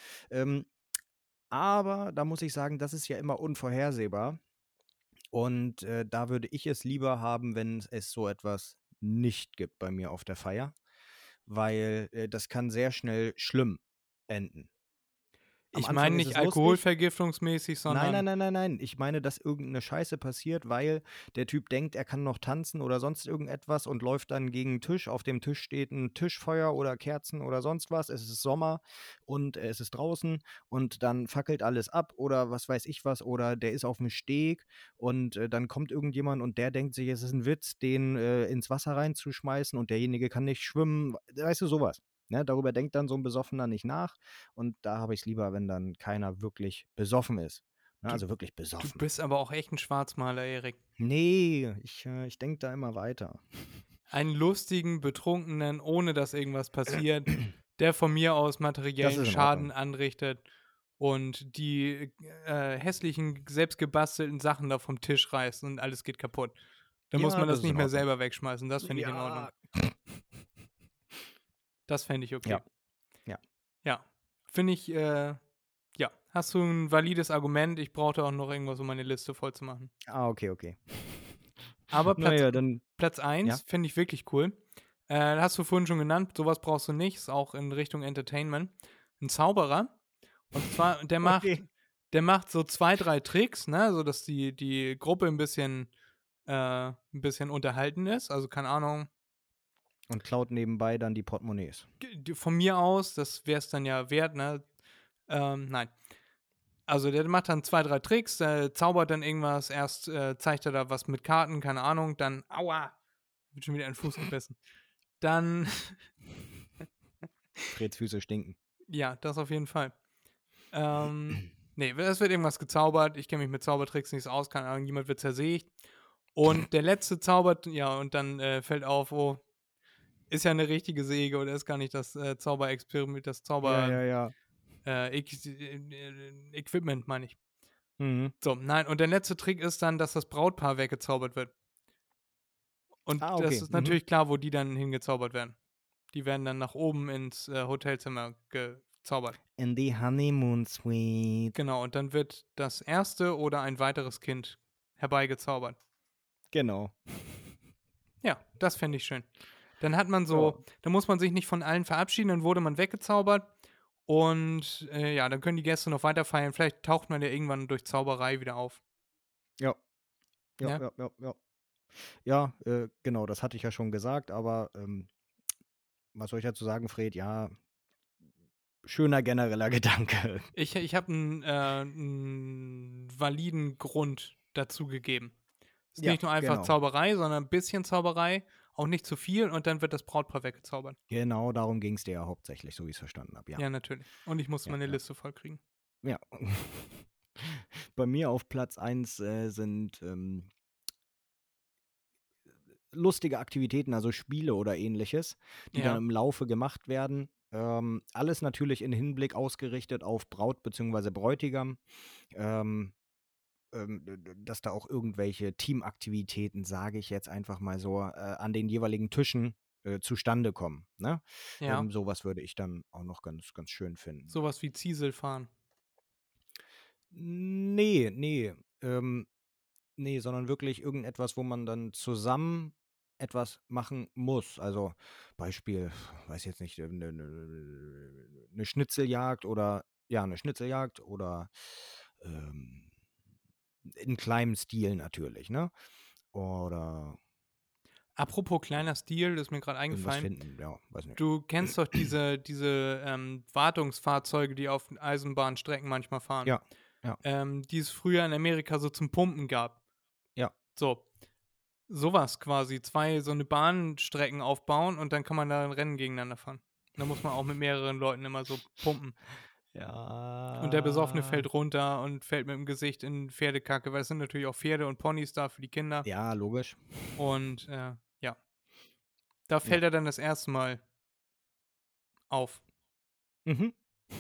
Speaker 2: Aber da muss ich sagen, das ist ja immer unvorhersehbar. Und da würde ich es lieber haben, wenn es so etwas nicht gibt bei mir auf der Feier, weil das kann sehr schnell schlimm enden. Am
Speaker 3: Ich meine
Speaker 2: Anfang ist
Speaker 3: nicht
Speaker 2: es lustig.
Speaker 3: alkoholvergiftungsmäßig,
Speaker 2: Nein.
Speaker 3: sondern
Speaker 2: Ich meine, dass irgendeine Scheiße passiert, weil der Typ denkt, er kann noch tanzen oder sonst irgendetwas und läuft dann gegen 'n Tisch. Auf dem Tisch steht ein Tischfeuer oder Kerzen oder sonst was. Es ist Sommer und es ist draußen und dann fackelt alles ab oder was weiß ich was oder der ist auf dem Steg und dann kommt irgendjemand und der denkt sich, es ist ein Witz, den ins Wasser reinzuschmeißen und derjenige kann nicht schwimmen. Weißt du, sowas. Ne? Darüber denkt dann so ein Besoffener nicht nach und da habe ich es lieber, wenn dann keiner wirklich besoffen ist. Ne?
Speaker 3: du,
Speaker 2: Also wirklich
Speaker 3: du
Speaker 2: besoffen.
Speaker 3: bist aber auch echt ein Schwarzmaler, Erik.
Speaker 2: Nee, ich denke da immer weiter.
Speaker 3: Einen lustigen, betrunkenen, ohne dass irgendwas passiert, der von mir aus
Speaker 2: Das
Speaker 3: materiellen
Speaker 2: ist in
Speaker 3: Schaden
Speaker 2: Ordnung.
Speaker 3: anrichtet und die hässlichen, selbstgebastelten Sachen da vom Tisch reißt und alles geht kaputt. Dann muss
Speaker 2: Ja,
Speaker 3: man
Speaker 2: das
Speaker 3: das
Speaker 2: ist
Speaker 3: nicht
Speaker 2: in
Speaker 3: mehr
Speaker 2: Ordnung.
Speaker 3: selber wegschmeißen. Das finde ich in Ordnung.
Speaker 2: Ja,
Speaker 3: Das fände ich okay.
Speaker 2: ja, ja.
Speaker 3: Ja. Finde ich, ja. Hast du ein valides Argument? Ich brauchte auch noch irgendwas, um meine Liste voll zu machen.
Speaker 2: Okay.
Speaker 3: Aber
Speaker 2: Naja, dann,
Speaker 3: Platz
Speaker 2: ja.
Speaker 3: 1 finde ich wirklich cool. Hast du vorhin schon genannt, sowas brauchst du nicht, ist auch in Richtung Entertainment. Ein Zauberer. Und zwar,
Speaker 2: Okay.
Speaker 3: der macht so 2, 3 Tricks, ne, so dass die Gruppe ein bisschen unterhalten ist. Also, keine Ahnung,
Speaker 2: Und klaut nebenbei dann die Portemonnaies.
Speaker 3: von mir aus, das wäre es dann ja wert, ne? Nein. Also, der macht dann 2, 3 Tricks, zaubert dann irgendwas. Erst zeigt er da was mit Karten, keine Ahnung. Dann, aua, wird schon wieder ein Fuß gebissen. Dann,
Speaker 2: Freds Füße stinken.
Speaker 3: ja, das auf jeden Fall. Nee, es wird irgendwas gezaubert. Ich kenne mich mit Zaubertricks nicht so aus, keine Ahnung, jemand wird zersägt. Und der letzte zaubert, ja, und dann fällt auf, oh, ist ja eine richtige Säge oder ist gar nicht das Zauberexperiment, das
Speaker 2: Ja.
Speaker 3: Equipment, meine ich.
Speaker 2: Mhm.
Speaker 3: So, nein, und der letzte Trick ist dann, dass das Brautpaar weggezaubert wird. Und
Speaker 2: Ah,
Speaker 3: das
Speaker 2: okay.
Speaker 3: ist natürlich klar, wo die dann hingezaubert werden. Die werden dann nach oben ins Hotelzimmer gezaubert.
Speaker 2: In die Honeymoon Suite.
Speaker 3: Genau, und dann wird das erste oder ein weiteres Kind herbeigezaubert.
Speaker 2: Genau.
Speaker 3: Ja, das fände ich schön. Dann hat man so, da muss man sich nicht von allen verabschieden, dann wurde man weggezaubert und ja, dann können die Gäste noch weiter feiern. Vielleicht taucht man ja irgendwann durch Zauberei wieder auf.
Speaker 2: Ja.
Speaker 3: Ja?
Speaker 2: Ja, genau, das hatte ich ja schon gesagt, aber was soll ich dazu sagen, Fred? Ja, schöner genereller Gedanke.
Speaker 3: Ich habe einen validen Grund dazu gegeben. Es ist
Speaker 2: Ja,
Speaker 3: nicht nur einfach
Speaker 2: genau.
Speaker 3: Zauberei, sondern ein bisschen Zauberei. auch nicht zu viel und dann wird das Brautpaar weggezaubert.
Speaker 2: Genau, darum ging es dir ja hauptsächlich, so wie ich es verstanden habe. Ja.
Speaker 3: Ja, natürlich. Und ich musste
Speaker 2: Ja,
Speaker 3: meine
Speaker 2: ja.
Speaker 3: Liste voll kriegen.
Speaker 2: Ja. Bei mir auf Platz 1 sind lustige Aktivitäten, also Spiele oder ähnliches, die dann
Speaker 3: Ja.
Speaker 2: im Laufe gemacht werden. Alles natürlich in Hinblick ausgerichtet auf Braut bzw. Bräutigam. Dass da auch irgendwelche Teamaktivitäten, sage ich jetzt einfach mal so, an den jeweiligen Tischen zustande kommen. Ne?
Speaker 3: Ja.
Speaker 2: Sowas würde ich dann auch noch ganz, ganz schön finden.
Speaker 3: Sowas wie Ziesel fahren.
Speaker 2: Nee, sondern wirklich irgendetwas, wo man dann zusammen etwas machen muss. Also Beispiel, weiß jetzt nicht, eine Schnitzeljagd oder eine Schnitzeljagd oder in kleinem Stil natürlich, ne? Oder
Speaker 3: Apropos kleiner Stil, ist mir gerade
Speaker 2: irgendwas
Speaker 3: eingefallen.
Speaker 2: finden, ja, weiß nicht.
Speaker 3: Du kennst doch diese Wartungsfahrzeuge, die auf Eisenbahnstrecken manchmal fahren.
Speaker 2: Ja, ja,
Speaker 3: Die es früher in Amerika so zum Pumpen gab.
Speaker 2: ja.
Speaker 3: So. Sowas quasi. 2 so eine Bahnstrecken aufbauen und dann kann man da ein Rennen gegeneinander fahren. Da muss man auch mit mehreren Leuten immer so pumpen.
Speaker 2: Ja.
Speaker 3: Und der Besoffene fällt runter und fällt mit dem Gesicht in Pferdekacke, weil es sind natürlich auch Pferde und Ponys da für die Kinder.
Speaker 2: Ja, logisch.
Speaker 3: Und ja. Da fällt er dann das erste Mal auf.
Speaker 2: Mhm.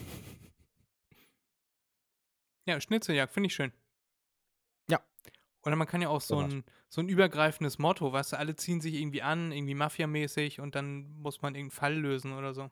Speaker 3: Ja, Schnitzeljagd, finde ich schön.
Speaker 2: Ja.
Speaker 3: Oder man kann ja auch so ein übergreifendes Motto, weißt du, alle ziehen sich irgendwie an, irgendwie Mafia-mäßig und dann muss man irgendeinen Fall lösen oder so.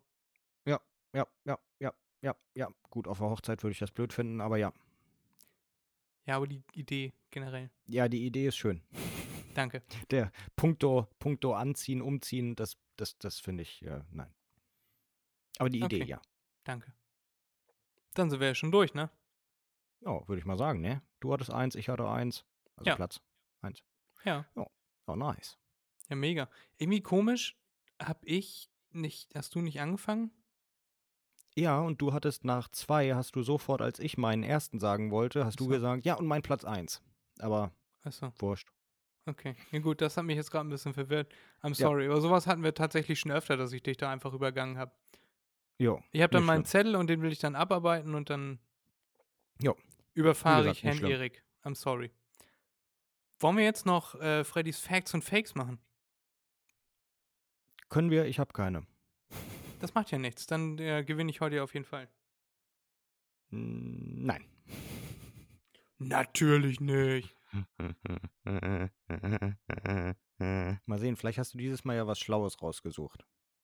Speaker 2: Ja. Gut, auf der Hochzeit würde ich das blöd finden, aber ja.
Speaker 3: Ja, aber die Idee generell.
Speaker 2: Ja, die Idee ist schön.
Speaker 3: Danke.
Speaker 2: Der Punkto anziehen, umziehen, das finde ich, nein. Aber die Idee,
Speaker 3: Okay.
Speaker 2: ja.
Speaker 3: Danke. Dann sind wir ja schon durch, ne?
Speaker 2: Ja, würde ich mal sagen, ne? Du hattest 1, ich hatte 1. Also
Speaker 3: Ja.
Speaker 2: Platz 1.
Speaker 3: Ja.
Speaker 2: Oh, nice.
Speaker 3: Ja, mega. Irgendwie komisch, hast du nicht angefangen?
Speaker 2: Ja, und du hattest nach 2, hast du sofort, als ich meinen ersten sagen wollte, hast du
Speaker 3: Achso.
Speaker 2: gesagt, ja, und mein Platz 1. Aber
Speaker 3: Achso.
Speaker 2: wurscht.
Speaker 3: Okay. Ja gut, das hat mich jetzt gerade ein bisschen verwirrt. I'm sorry. Aber sowas hatten wir tatsächlich schon öfter, dass ich dich da einfach übergangen habe.
Speaker 2: Jo.
Speaker 3: Ich habe dann
Speaker 2: nicht
Speaker 3: meinen
Speaker 2: schlimm.
Speaker 3: Zettel und den will ich dann abarbeiten und dann
Speaker 2: Jo.
Speaker 3: überfahre
Speaker 2: gesagt,
Speaker 3: ich
Speaker 2: nicht
Speaker 3: Herrn
Speaker 2: schlimm.
Speaker 3: Erik. I'm sorry. Wollen wir jetzt noch Freddys Facts und Fakes machen?
Speaker 2: Können wir? Ich habe keine.
Speaker 3: Das macht ja nichts. Dann gewinne ich heute auf jeden Fall.
Speaker 2: Nein.
Speaker 3: Natürlich nicht.
Speaker 2: Mal sehen, vielleicht hast du dieses Mal ja was Schlaues rausgesucht.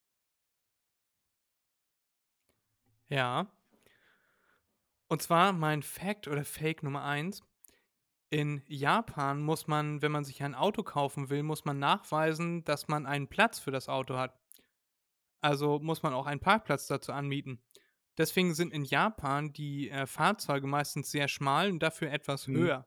Speaker 3: Ja. Und zwar mein Fact oder Fake Nummer 1. In Japan muss man, wenn man sich ein Auto kaufen will, muss man nachweisen, dass man einen Platz für das Auto hat. Also muss man auch einen Parkplatz dazu anmieten. Deswegen sind in Japan die Fahrzeuge meistens sehr schmal und dafür etwas höher.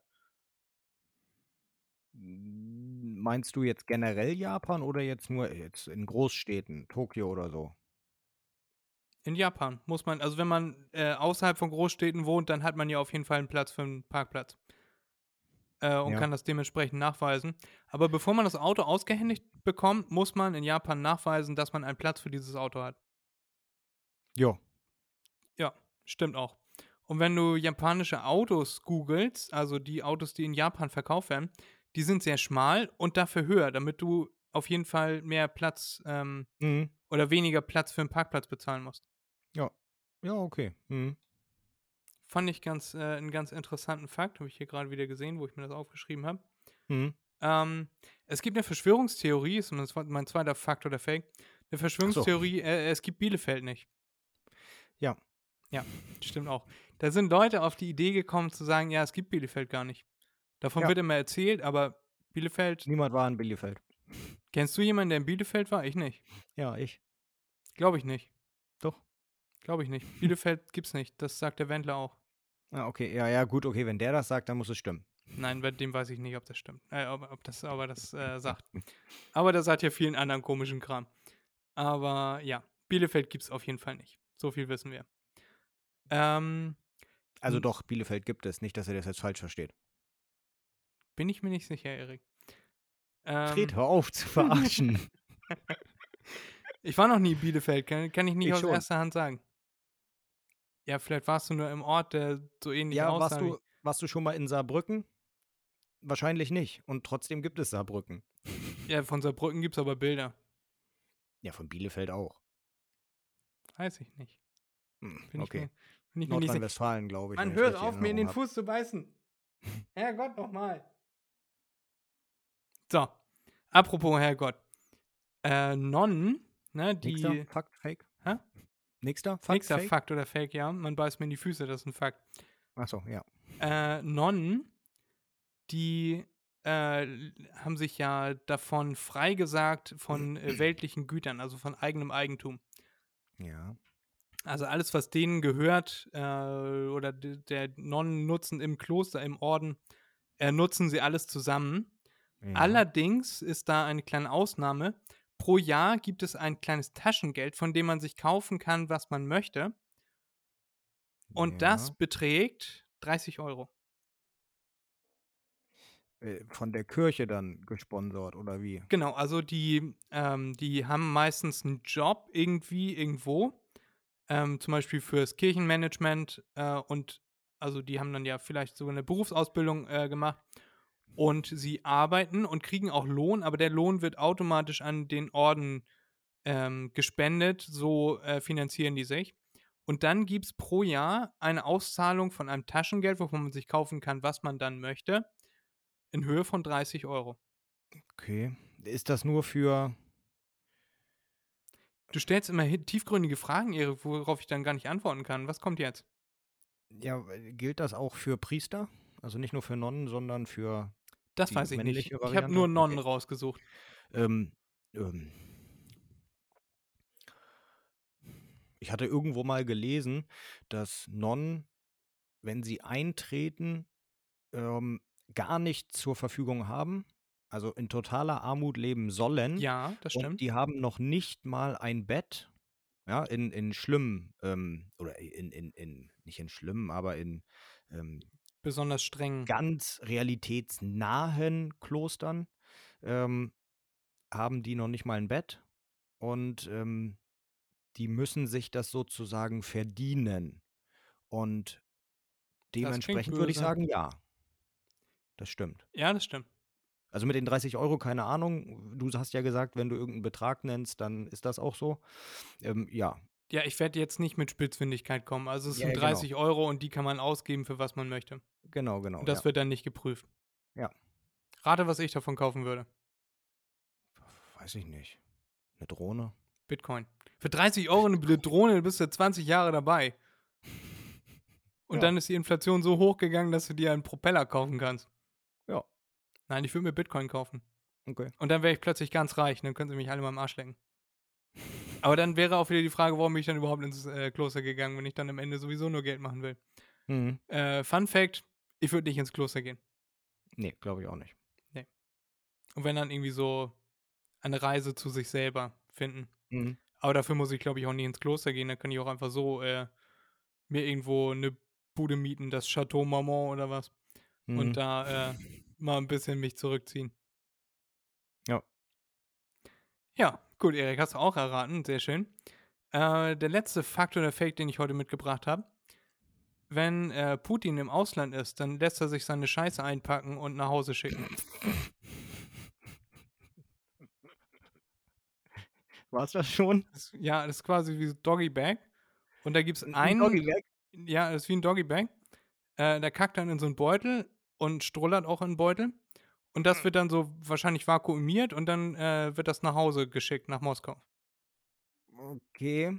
Speaker 2: Meinst du jetzt generell Japan oder jetzt nur jetzt in Großstädten, Tokio oder so?
Speaker 3: In Japan muss man, also wenn man außerhalb von Großstädten wohnt, dann hat man ja auf jeden Fall einen Platz für einen Parkplatz. Und
Speaker 2: Ja.
Speaker 3: kann das dementsprechend nachweisen. Aber bevor man das Auto ausgehändigt bekommt, muss man in Japan nachweisen, dass man einen Platz für dieses Auto hat.
Speaker 2: Jo.
Speaker 3: Ja, stimmt auch. Und wenn du japanische Autos googelst, also die Autos, die in Japan verkauft werden, die sind sehr schmal und dafür höher, damit du auf jeden Fall mehr Platz oder weniger Platz für einen Parkplatz bezahlen musst.
Speaker 2: Ja. Ja, okay.
Speaker 3: Fand ich einen ganz interessanten Fakt, habe ich hier gerade wieder gesehen, wo ich mir das aufgeschrieben habe. Es gibt eine Verschwörungstheorie, das ist mein zweiter Fakt oder Fake, eine Verschwörungstheorie, es gibt Bielefeld nicht.
Speaker 2: Ja.
Speaker 3: Ja, stimmt auch. Da sind Leute auf die Idee gekommen zu sagen, ja, es gibt Bielefeld gar nicht. Davon wird immer erzählt, aber Bielefeld...
Speaker 2: Niemand war in Bielefeld.
Speaker 3: Kennst du jemanden, der in Bielefeld war? Ich nicht.
Speaker 2: Ja, ich.
Speaker 3: Glaube ich nicht.
Speaker 2: Doch.
Speaker 3: Glaube ich nicht. Bielefeld gibt's nicht. Das sagt der Wendler auch.
Speaker 2: Ah, okay. Ja, gut, okay. Wenn der das sagt, dann muss es stimmen.
Speaker 3: Nein, bei dem weiß ich nicht, ob das stimmt. Ob das sagt. Aber der sagt ja vielen anderen komischen Kram. Aber ja, Bielefeld gibt's auf jeden Fall nicht. So viel wissen wir.
Speaker 2: Also doch, Bielefeld gibt es. Nicht, dass er das jetzt falsch versteht.
Speaker 3: Bin ich mir nicht sicher, Erik.
Speaker 2: Fred, hör auf zu verarschen.
Speaker 3: Ich war noch nie in Bielefeld, kann ich nicht
Speaker 2: Ich
Speaker 3: aus
Speaker 2: schon.
Speaker 3: erster Hand sagen. Ja, vielleicht warst du nur im Ort, der so ähnlich
Speaker 2: Ja,
Speaker 3: aussah wie.
Speaker 2: warst du schon mal in Saarbrücken? Wahrscheinlich nicht. Und trotzdem gibt es Saarbrücken.
Speaker 3: Ja, von Saarbrücken gibt's aber Bilder.
Speaker 2: Ja, von Bielefeld auch.
Speaker 3: Weiß ich nicht. Bin ich
Speaker 2: Okay.
Speaker 3: bin ich mir nicht sicher.
Speaker 2: Nordrhein-Westfalen, glaube ich.
Speaker 3: Mann,
Speaker 2: wenn ich's
Speaker 3: hör
Speaker 2: richtig
Speaker 3: auf, mir in den
Speaker 2: Erinnerung
Speaker 3: Fuß zu beißen. Herrgott, nochmal. So, apropos Herrgott. Nonnen, ne,
Speaker 2: hab. Nächster
Speaker 3: die.
Speaker 2: Fakt, Fake.
Speaker 3: Hä?
Speaker 2: Nächster Fakt,
Speaker 3: Nächster
Speaker 2: Fake.
Speaker 3: Fakt oder Fake, ja. Man beißt mir in die Füße, das ist ein Fakt.
Speaker 2: Achso, ja.
Speaker 3: Nonnen, die haben sich ja davon freigesagt von weltlichen Gütern, also von eigenem Eigentum.
Speaker 2: Ja.
Speaker 3: Also alles, was denen gehört oder der Nonnen nutzen im Kloster, im Orden, nutzen sie alles zusammen.
Speaker 2: Ja.
Speaker 3: Allerdings ist da eine kleine Ausnahme. Pro Jahr gibt es ein kleines Taschengeld, von dem man sich kaufen kann, was man möchte. Und das beträgt 30 Euro.
Speaker 2: Von der Kirche dann gesponsert, oder wie?
Speaker 3: Genau, also die haben meistens einen Job irgendwie, irgendwo. Zum Beispiel fürs Kirchenmanagement und also die haben dann ja vielleicht sogar eine Berufsausbildung gemacht und sie arbeiten und kriegen auch Lohn, aber der Lohn wird automatisch an den Orden gespendet, so finanzieren die sich. Und dann gibt es pro Jahr eine Auszahlung von einem Taschengeld, wovon man sich kaufen kann, was man dann möchte, in Höhe von 30 Euro.
Speaker 2: Okay. Ist das nur für.
Speaker 3: Du stellst immer tiefgründige Fragen, Erik, worauf ich dann gar nicht antworten kann. Was kommt jetzt?
Speaker 2: Ja, gilt das auch für Priester? Also nicht nur für Nonnen, sondern für
Speaker 3: Das
Speaker 2: die
Speaker 3: weiß ich nicht.
Speaker 2: männliche
Speaker 3: Ich habe
Speaker 2: Variante?
Speaker 3: nur Nonnen
Speaker 2: Okay.
Speaker 3: rausgesucht.
Speaker 2: Ähm, ich hatte irgendwo mal gelesen, dass Nonnen, wenn sie eintreten, gar nichts zur Verfügung haben, also in totaler Armut leben sollen.
Speaker 3: Ja, das
Speaker 2: Und
Speaker 3: stimmt.
Speaker 2: die haben noch nicht mal ein Bett, ja, in schlimmen, oder nicht in schlimmen, aber in
Speaker 3: Besonders streng.
Speaker 2: ganz realitätsnahen Klostern haben die noch nicht mal ein Bett und die müssen sich das sozusagen verdienen. Und
Speaker 3: Das klingt
Speaker 2: dementsprechend würde ich
Speaker 3: böse.
Speaker 2: sagen, ja. Das stimmt.
Speaker 3: Ja, das stimmt.
Speaker 2: Also mit den 30 Euro, keine Ahnung. Du hast ja gesagt, wenn du irgendeinen Betrag nennst, dann ist das auch so. Ja.
Speaker 3: Ja, ich werde jetzt nicht mit Spitzfindigkeit kommen. Also es
Speaker 2: Ja,
Speaker 3: sind
Speaker 2: genau.
Speaker 3: 30 Euro und die kann man ausgeben, für was man möchte.
Speaker 2: Genau,
Speaker 3: Und das
Speaker 2: ja.
Speaker 3: wird dann nicht geprüft.
Speaker 2: Ja.
Speaker 3: Rate, was ich davon kaufen würde.
Speaker 2: Weiß ich nicht. Eine Drohne?
Speaker 3: Bitcoin. Für 30 Euro eine Drohne, bist du 20 Jahre dabei. Und
Speaker 2: Ja.
Speaker 3: dann ist die Inflation so hoch gegangen, dass du dir einen Propeller kaufen kannst.
Speaker 2: Ja.
Speaker 3: Nein, ich würde mir Bitcoin kaufen.
Speaker 2: Okay.
Speaker 3: Und dann wäre ich plötzlich ganz reich. Dann können sie mich alle mal am Arsch lecken. Aber dann wäre auch wieder die Frage, warum bin ich dann überhaupt ins Kloster gegangen, wenn ich dann am Ende sowieso nur Geld machen will.
Speaker 2: Mhm.
Speaker 3: Fun Fact, ich würde nicht ins Kloster gehen.
Speaker 2: Nee, glaube ich auch nicht.
Speaker 3: Nee. Und wenn dann irgendwie so eine Reise zu sich selber finden.
Speaker 2: Mhm.
Speaker 3: Aber dafür muss ich, glaube ich, auch nicht ins Kloster gehen. Da kann ich auch einfach so mir irgendwo eine Bude mieten, das Chateau Marmont oder was.
Speaker 2: Mhm.
Speaker 3: Und da mal ein bisschen mich zurückziehen.
Speaker 2: Ja.
Speaker 3: Ja, gut, Erik, hast du auch erraten. Sehr schön. Der letzte Fakt oder Fake, den ich heute mitgebracht habe. Wenn Putin im Ausland ist, dann lässt er sich seine Scheiße einpacken und nach Hause schicken.
Speaker 2: War's das schon?
Speaker 3: Das ist quasi wie Doggy Bag. Und da gibt es
Speaker 2: Ein
Speaker 3: einen.
Speaker 2: Doggy-Bag?
Speaker 3: Ja, das ist wie ein Doggy Bag. Der kackt dann in so einen Beutel und strullert auch in einen Beutel. Und das wird dann so wahrscheinlich vakuumiert und dann wird das nach Hause geschickt, nach Moskau.
Speaker 2: Okay.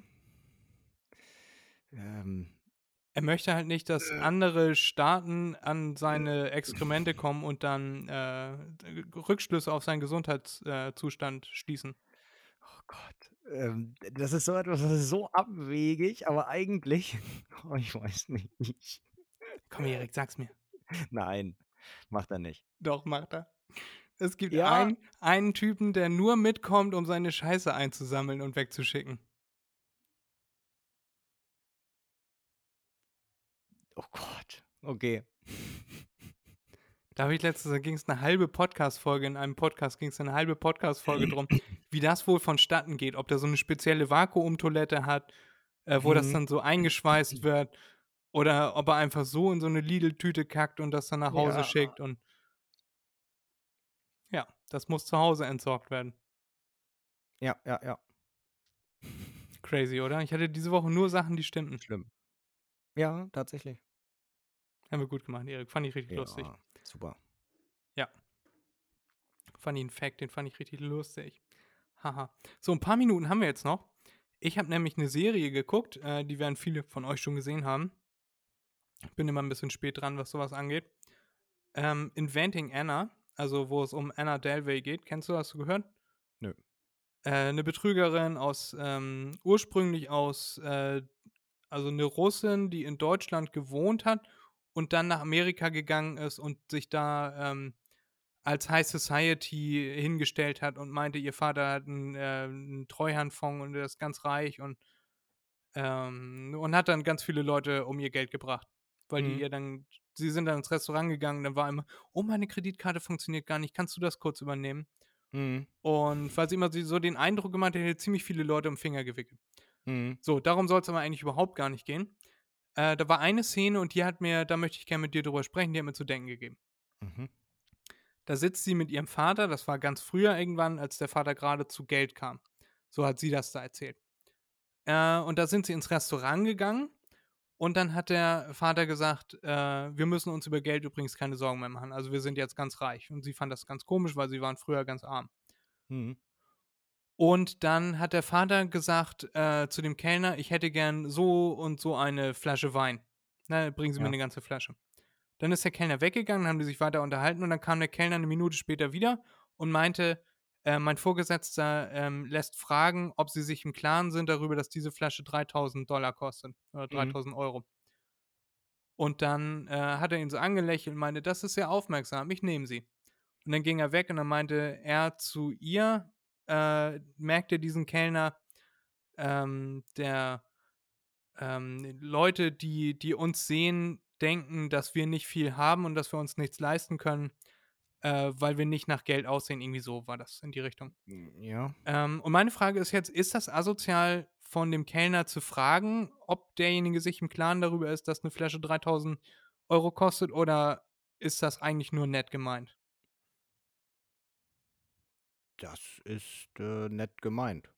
Speaker 3: Er möchte halt nicht, dass andere Staaten an seine Exkremente kommen und dann Rückschlüsse auf seinen Gesundheitszustand schließen.
Speaker 2: Oh Gott. Das ist so etwas, das ist so abwegig, aber eigentlich. Oh, ich weiß nicht.
Speaker 3: Komm, Erik, sag's mir.
Speaker 2: Nein, macht er nicht.
Speaker 3: Doch, macht er. Es gibt
Speaker 2: Ja.
Speaker 3: einen Typen, der nur mitkommt, um seine Scheiße einzusammeln und wegzuschicken.
Speaker 2: Oh Gott. Okay.
Speaker 3: Da habe ich letztens, da ging es eine halbe Podcast-Folge, in einem Podcast ging es eine halbe Podcast-Folge drum, wie das wohl vonstatten geht, ob der so eine spezielle Vakuumtoilette hat, wo das
Speaker 2: Mhm.
Speaker 3: dann so eingeschweißt wird, oder ob er einfach so in so eine Lidl-Tüte kackt und das dann nach Hause
Speaker 2: Ja,
Speaker 3: schickt und ja, das muss zu Hause entsorgt werden.
Speaker 2: ja.
Speaker 3: Crazy, oder? Ich hatte diese Woche nur Sachen, die stimmten.
Speaker 2: Schlimm. Ja, tatsächlich.
Speaker 3: Haben wir gut gemacht, Erik. Fand ich richtig lustig.
Speaker 2: Ja, super.
Speaker 3: Ja. Fand ich einen Fact, den fand ich richtig lustig. Haha. So, ein paar Minuten haben wir jetzt noch. Ich habe nämlich eine Serie geguckt, die werden viele von euch schon gesehen haben. Ich bin immer ein bisschen spät dran, was sowas angeht. Inventing Anna, also wo es um Anna Delvey geht. Kennst du, hast du gehört?
Speaker 2: Nö.
Speaker 3: Eine Betrügerin ursprünglich also eine Russin, die in Deutschland gewohnt hat und dann nach Amerika gegangen ist und sich da als High Society hingestellt hat und meinte, ihr Vater hat einen Treuhandfonds und er ist ganz reich und hat dann ganz viele Leute um ihr Geld gebracht. Weil
Speaker 2: Mhm.
Speaker 3: sie sind dann ins Restaurant gegangen, dann war immer, oh, meine Kreditkarte funktioniert gar nicht, kannst du das kurz übernehmen?
Speaker 2: Mhm.
Speaker 3: Und weil sie immer so den Eindruck gemacht hat, er hätte ziemlich viele Leute um den Finger gewickelt.
Speaker 2: Mhm.
Speaker 3: So, darum soll es aber eigentlich überhaupt gar nicht gehen. Da war eine Szene und da möchte ich gerne mit dir drüber sprechen, die hat mir zu denken gegeben.
Speaker 2: Mhm.
Speaker 3: Da sitzt sie mit ihrem Vater, das war ganz früher irgendwann, als der Vater gerade zu Geld kam. So hat sie das da erzählt. Und da sind sie ins Restaurant gegangen und dann hat der Vater gesagt, wir müssen uns über Geld übrigens keine Sorgen mehr machen. Also wir sind jetzt ganz reich. Und sie fand das ganz komisch, weil sie waren früher ganz arm.
Speaker 2: Mhm.
Speaker 3: Und dann hat der Vater gesagt zu dem Kellner, ich hätte gern so und so eine Flasche Wein. Na, bringen Sie mir
Speaker 2: Ja.
Speaker 3: eine ganze Flasche. Dann ist der Kellner weggegangen, haben die sich weiter unterhalten und dann kam der Kellner eine Minute später wieder und meinte, mein Vorgesetzter lässt fragen, ob Sie sich im Klaren sind darüber, dass diese Flasche $3.000 kostet oder
Speaker 2: Mhm.
Speaker 3: 3.000 Euro. Und dann hat er ihn so angelächelt und meinte, das ist sehr aufmerksam, ich nehme sie. Und dann ging er weg und dann meinte er zu ihr, merkte diesen Kellner, der Leute, die uns sehen, denken, dass wir nicht viel haben und dass wir uns nichts leisten können, weil wir nicht nach Geld aussehen. Irgendwie so war das in die Richtung.
Speaker 2: Ja.
Speaker 3: Und meine Frage ist jetzt, ist das asozial von dem Kellner zu fragen, ob derjenige sich im Klaren darüber ist, dass eine Flasche 3.000 Euro kostet oder ist das eigentlich nur nett gemeint?
Speaker 2: Das ist nett gemeint.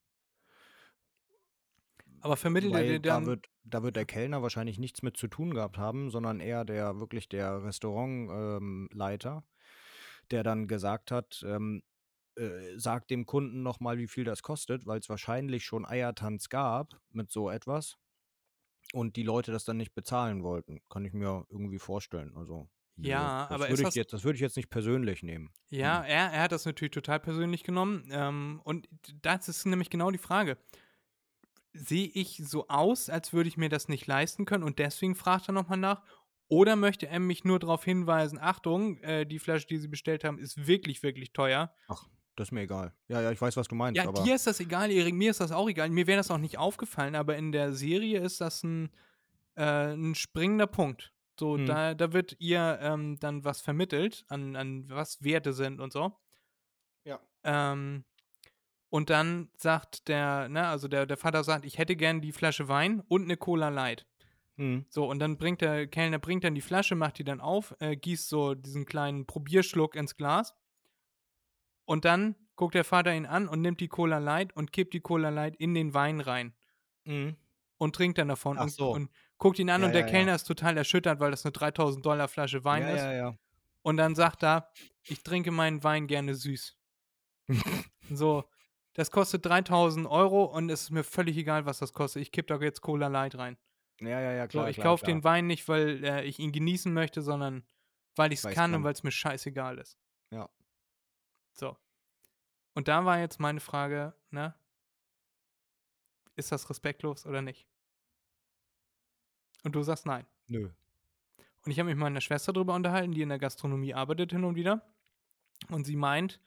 Speaker 3: Aber vermittelt er
Speaker 2: Weil
Speaker 3: dir dann,
Speaker 2: da wird der Kellner wahrscheinlich nichts mit zu tun gehabt haben, sondern eher der Restaurantleiter, Leiter, der dann gesagt hat, sag dem Kunden noch mal, wie viel das kostet, weil es wahrscheinlich schon Eiertanz gab mit so etwas und die Leute das dann nicht bezahlen wollten. Kann ich mir irgendwie vorstellen. Also, nö,
Speaker 3: ja, aber ist das,
Speaker 2: das würde ich jetzt nicht persönlich nehmen.
Speaker 3: ja, er hat das natürlich total persönlich genommen. Und das ist nämlich genau die Frage. Sehe ich so aus, als würde ich mir das nicht leisten können und deswegen fragt er nochmal nach? Oder möchte er mich nur darauf hinweisen, Achtung, die Flasche, die Sie bestellt haben, ist wirklich, wirklich teuer.
Speaker 2: Ach, das ist mir egal. Ja, ich weiß, was du meinst,
Speaker 3: Ja,
Speaker 2: aber
Speaker 3: dir ist das egal, Erik, mir ist das auch egal. Mir wäre das auch nicht aufgefallen, aber in der Serie ist das ein springender Punkt. So,
Speaker 2: mhm.
Speaker 3: da wird ihr dann was vermittelt, an was Werte sind und so.
Speaker 2: Ja.
Speaker 3: Und dann sagt also der Vater sagt, ich hätte gern die Flasche Wein und eine Cola Light.
Speaker 2: Mhm.
Speaker 3: So, und dann der Kellner bringt dann die Flasche, macht die dann auf, gießt so diesen kleinen Probierschluck ins Glas. Und dann guckt der Vater ihn an und nimmt die Cola Light und kippt die Cola Light in den Wein rein.
Speaker 2: Mhm.
Speaker 3: Und trinkt dann davon
Speaker 2: Ach so.
Speaker 3: und guckt ihn an
Speaker 2: Ja,
Speaker 3: und der
Speaker 2: ja, ja.
Speaker 3: Kellner ist total erschüttert, weil das eine $3.000 Flasche Wein
Speaker 2: Ja,
Speaker 3: ist.
Speaker 2: ja.
Speaker 3: Und dann sagt er, ich trinke meinen Wein gerne süß. So, das kostet 3.000 Euro und es ist mir völlig egal, was das kostet. Ich kipp da jetzt Cola Light rein.
Speaker 2: Ja,
Speaker 3: So,
Speaker 2: klar,
Speaker 3: ich
Speaker 2: klar,
Speaker 3: kaufe
Speaker 2: klar.
Speaker 3: den Wein nicht, weil ich ihn genießen möchte, sondern weil ich es
Speaker 2: Weil's
Speaker 3: kann und
Speaker 2: kann.
Speaker 3: weil es mir scheißegal ist.
Speaker 2: Ja.
Speaker 3: So. Und da war jetzt meine Frage, ne? Ist das respektlos oder nicht? Und du sagst nein.
Speaker 2: Nö.
Speaker 3: Und ich habe mich mit meiner Schwester darüber unterhalten, die in der Gastronomie arbeitet hin und wieder. Und sie meint,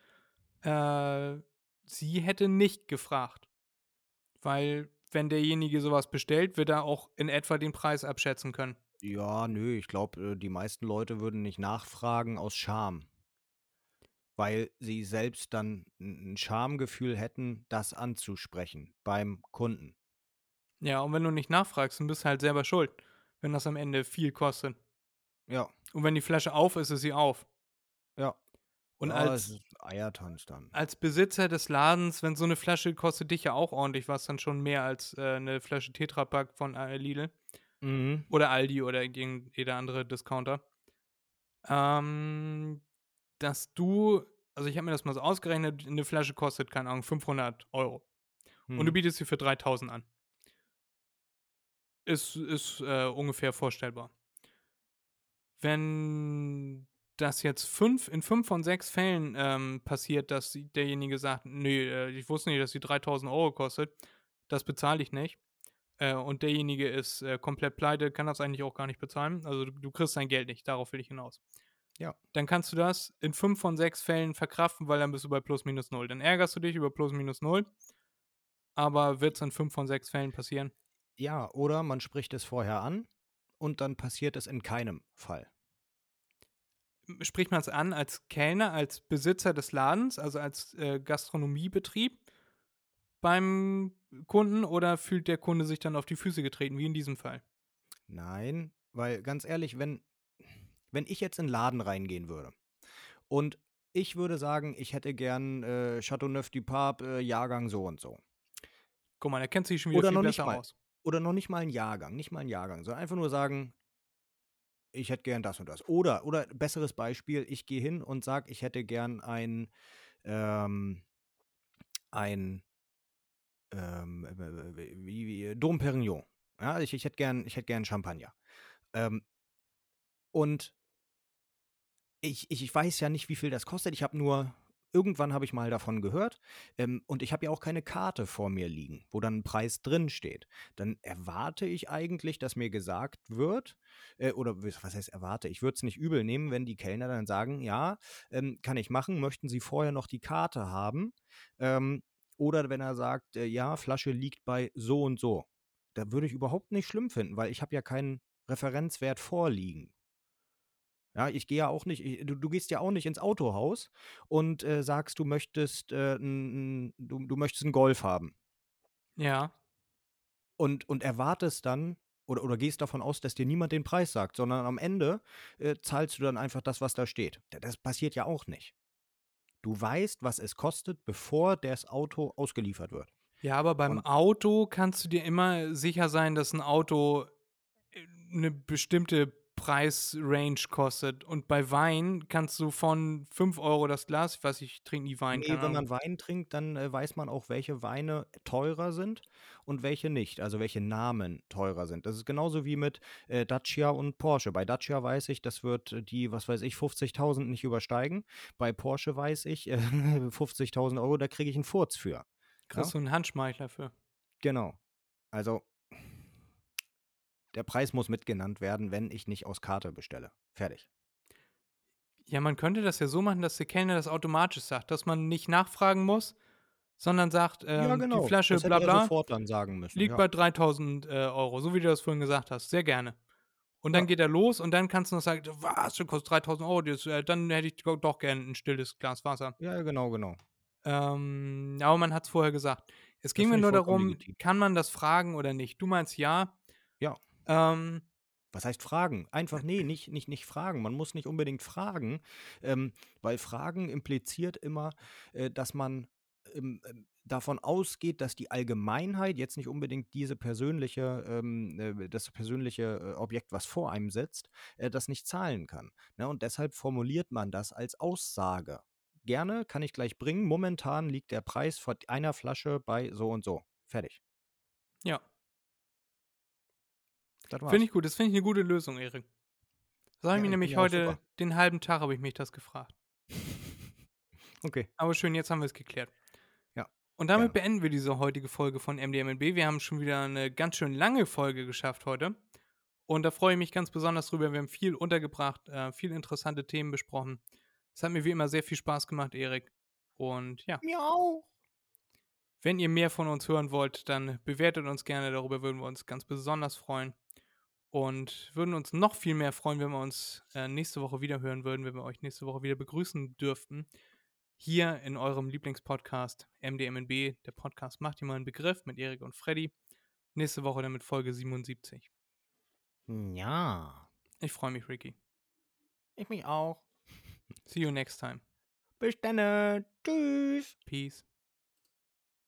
Speaker 3: sie hätte nicht gefragt. Weil, wenn derjenige sowas bestellt, wird er auch in etwa den Preis abschätzen können.
Speaker 2: Ja, nö, ich glaube, die meisten Leute würden nicht nachfragen aus Scham, weil sie selbst dann ein Schamgefühl hätten, das anzusprechen beim Kunden.
Speaker 3: Ja, und wenn du nicht nachfragst, dann bist du halt selber schuld, wenn das am Ende viel kostet.
Speaker 2: Ja,
Speaker 3: Und wenn die Flasche auf ist, ist sie auf.
Speaker 2: ja.
Speaker 3: Und
Speaker 2: Ja, es ist Eiertanz dann.
Speaker 3: als Besitzer des Ladens, wenn so eine Flasche kostet dich ja auch ordentlich was, dann schon mehr als 'ne Flasche Tetra Pak von, Lidl
Speaker 2: Mhm.
Speaker 3: oder Aldi oder jeder andere Discounter. Ähm, dass du also, ich habe mir das mal so ausgerechnet, eine Flasche kostet, keine Ahnung, 500 € und du
Speaker 2: Mhm.
Speaker 3: bietest sie für 3.000 an. Ist ungefähr vorstellbar. Wenn das jetzt 5 von 6 Fällen, passiert, dass derjenige sagt: „Ne, ich wusste nicht, dass die 3.000 € kostet. Das bezahle ich nicht.“ Und derjenige ist, komplett pleite, kann das eigentlich auch gar nicht bezahlen. Also, du kriegst dein Geld nicht, darauf will ich hinaus.
Speaker 2: Ja.
Speaker 3: Dann kannst du das in 5 von 6 Fällen verkraften, weil dann bist du bei plus minus null. Dann ärgerst du dich über plus minus null, aber wird's in 5 von 6 Fällen passieren?
Speaker 2: Ja, oder man spricht es vorher an und dann passiert es in keinem Fall.
Speaker 3: Spricht man es an als Kellner, als Besitzer des Ladens, also als, Gastronomiebetrieb beim Kunden oder fühlt der Kunde sich dann auf die Füße getreten, wie in diesem Fall?
Speaker 2: Nein, weil ganz ehrlich, wenn ich jetzt in 'n Laden reingehen würde und ich würde sagen, ich hätte gern, Châteauneuf du Pape, Jahrgang so und so.
Speaker 3: Guck mal, der kennt sich schon wieder
Speaker 2: Oder
Speaker 3: viel
Speaker 2: noch nicht
Speaker 3: besser
Speaker 2: mal
Speaker 3: aus.
Speaker 2: oder noch nicht mal 'n Jahrgang, nicht mal 'n Jahrgang, sondern einfach nur sagen: „Ich hätte gern das und das.“ Oder besseres Beispiel, ich gehe hin und sage, ich hätte gern ähm ein, Dom Pérignon. Ja, ich hätte gern Champagner. Ähm, und ich weiß ja nicht, wie viel das kostet. Ich habe nur irgendwann habe ich mal davon gehört, und ich habe ja auch keine Karte vor mir liegen, wo dann 'n Preis drin steht. Dann erwarte ich eigentlich, dass mir gesagt wird, oder was heißt erwarte? Ich würde es nicht übel nehmen, wenn die Kellner dann sagen: „Ja, kann ich machen. Möchten Sie vorher noch die Karte haben?“ Ähm, oder wenn er sagt, „Ja, Flasche liegt bei so und so.“ Da würde ich überhaupt nicht schlimm finden, weil ich habe ja keinen Referenzwert vorliegen. Ja, ich gehe ja auch nicht du gehst ja auch nicht ins Autohaus und, sagst, du möchtest, 'n möchtest 'n Golf haben
Speaker 3: Ja.
Speaker 2: und erwartest dann oder gehst davon aus, dass dir niemand den Preis sagt, sondern am Ende, zahlst du dann einfach das, was da steht. Das passiert ja auch nicht. Du weißt, was es kostet, bevor das Auto ausgeliefert wird.
Speaker 3: Ja, aber beim
Speaker 2: Und
Speaker 3: Auto kannst du dir immer sicher sein, dass 'n Auto 'ne bestimmte Preisrange kostet. Und bei Wein kannst du von 5 € das Glas ich weiß nicht, ich trinke nie Wein,
Speaker 2: ne,
Speaker 3: keine
Speaker 2: wenn
Speaker 3: Ahnung.
Speaker 2: man Wein trinkt, dann, weiß man auch, welche Weine teurer sind und welche nicht, also welche Namen teurer sind. Das ist genauso wie mit, Dacia und Porsche. Bei Dacia weiß ich, das wird die, was weiß ich, 50.000 nicht übersteigen. Bei Porsche weiß ich, 50.000 €, da kriege ich 'n Furz für, ja?
Speaker 3: Kriegst du 'n Handschmeichler für.
Speaker 2: Genau. Also, der Preis muss mitgenannt werden, wenn ich nicht aus Karte bestelle. Fertig.
Speaker 3: Ja, man könnte das ja so machen, dass der Kellner das automatisch sagt, dass man nicht nachfragen muss, sondern sagt,
Speaker 2: Ja,
Speaker 3: die
Speaker 2: genau.
Speaker 3: Flasche
Speaker 2: Das hätte
Speaker 3: bla
Speaker 2: er
Speaker 3: bla
Speaker 2: sofort dann sagen müssen,
Speaker 3: liegt
Speaker 2: ja.
Speaker 3: bei 3.000 €, so wie du das vorhin gesagt hast. Sehr gerne. Und dann
Speaker 2: Ja.
Speaker 3: geht er los und dann kannst du noch sagen: „Was, das kostet 3.000 €, das dann hätte ich doch gern 'n stilles Glas Wasser.“
Speaker 2: Ja, genau, genau.
Speaker 3: Aber man hat's vorher gesagt. Es
Speaker 2: Das
Speaker 3: ging mir
Speaker 2: finde ich
Speaker 3: nur
Speaker 2: vollkommen
Speaker 3: darum,
Speaker 2: legitim.
Speaker 3: kann man das fragen oder nicht? Du meinst ja.
Speaker 2: Ja.
Speaker 3: Ähm,
Speaker 2: Was heißt fragen? Einfach nee, nicht fragen. Man muss nicht unbedingt fragen, weil Fragen impliziert immer, dass man, davon ausgeht, dass die Allgemeinheit jetzt nicht unbedingt das persönliche, Objekt, was vor einem sitzt, das nicht zahlen kann, ne? Und deshalb formuliert man das als Aussage. „Gerne, kann ich gleich bringen. Momentan liegt der Preis von einer Flasche bei so und so.“ Fertig.
Speaker 3: ja,
Speaker 2: Das
Speaker 3: finde
Speaker 2: war's.
Speaker 3: ich gut. Das finde ich 'ne gute Lösung, Erik. Das habe ich
Speaker 2: Ja,
Speaker 3: mich
Speaker 2: ich bin
Speaker 3: nämlich
Speaker 2: ja auch super.
Speaker 3: heute den halben Tag habe ich mich das gefragt.
Speaker 2: Okay.
Speaker 3: Aber schön, jetzt haben wir's geklärt.
Speaker 2: Ja,
Speaker 3: Und damit
Speaker 2: gerne.
Speaker 3: beenden wir diese heutige Folge von MDMNB. Wir haben schon wieder 'ne ganz schön lange Folge geschafft heute. Und da freue ich mich ganz besonders drüber. Wir haben viel untergebracht, viel interessante Themen besprochen. Es hat mir wie immer sehr viel Spaß gemacht, Erik. Und ja,
Speaker 2: Miau.
Speaker 3: wenn ihr mehr von uns hören wollt, dann bewertet uns gerne. Darüber würden wir uns ganz besonders freuen. Und würden uns noch viel mehr freuen, wenn wir uns nächste Woche wieder hören würden, wenn wir euch nächste Woche wieder begrüßen dürften. Hier in eurem Lieblingspodcast MDMNB. Der Podcast macht ihr mal einen Begriff mit Erik und Freddy. Nächste Woche dann mit Folge 77.
Speaker 2: Ja,
Speaker 3: Ich freue mich, Ricky.
Speaker 2: ich mich auch.
Speaker 3: See you next time.
Speaker 2: Bis dann. Tschüss.
Speaker 3: Peace.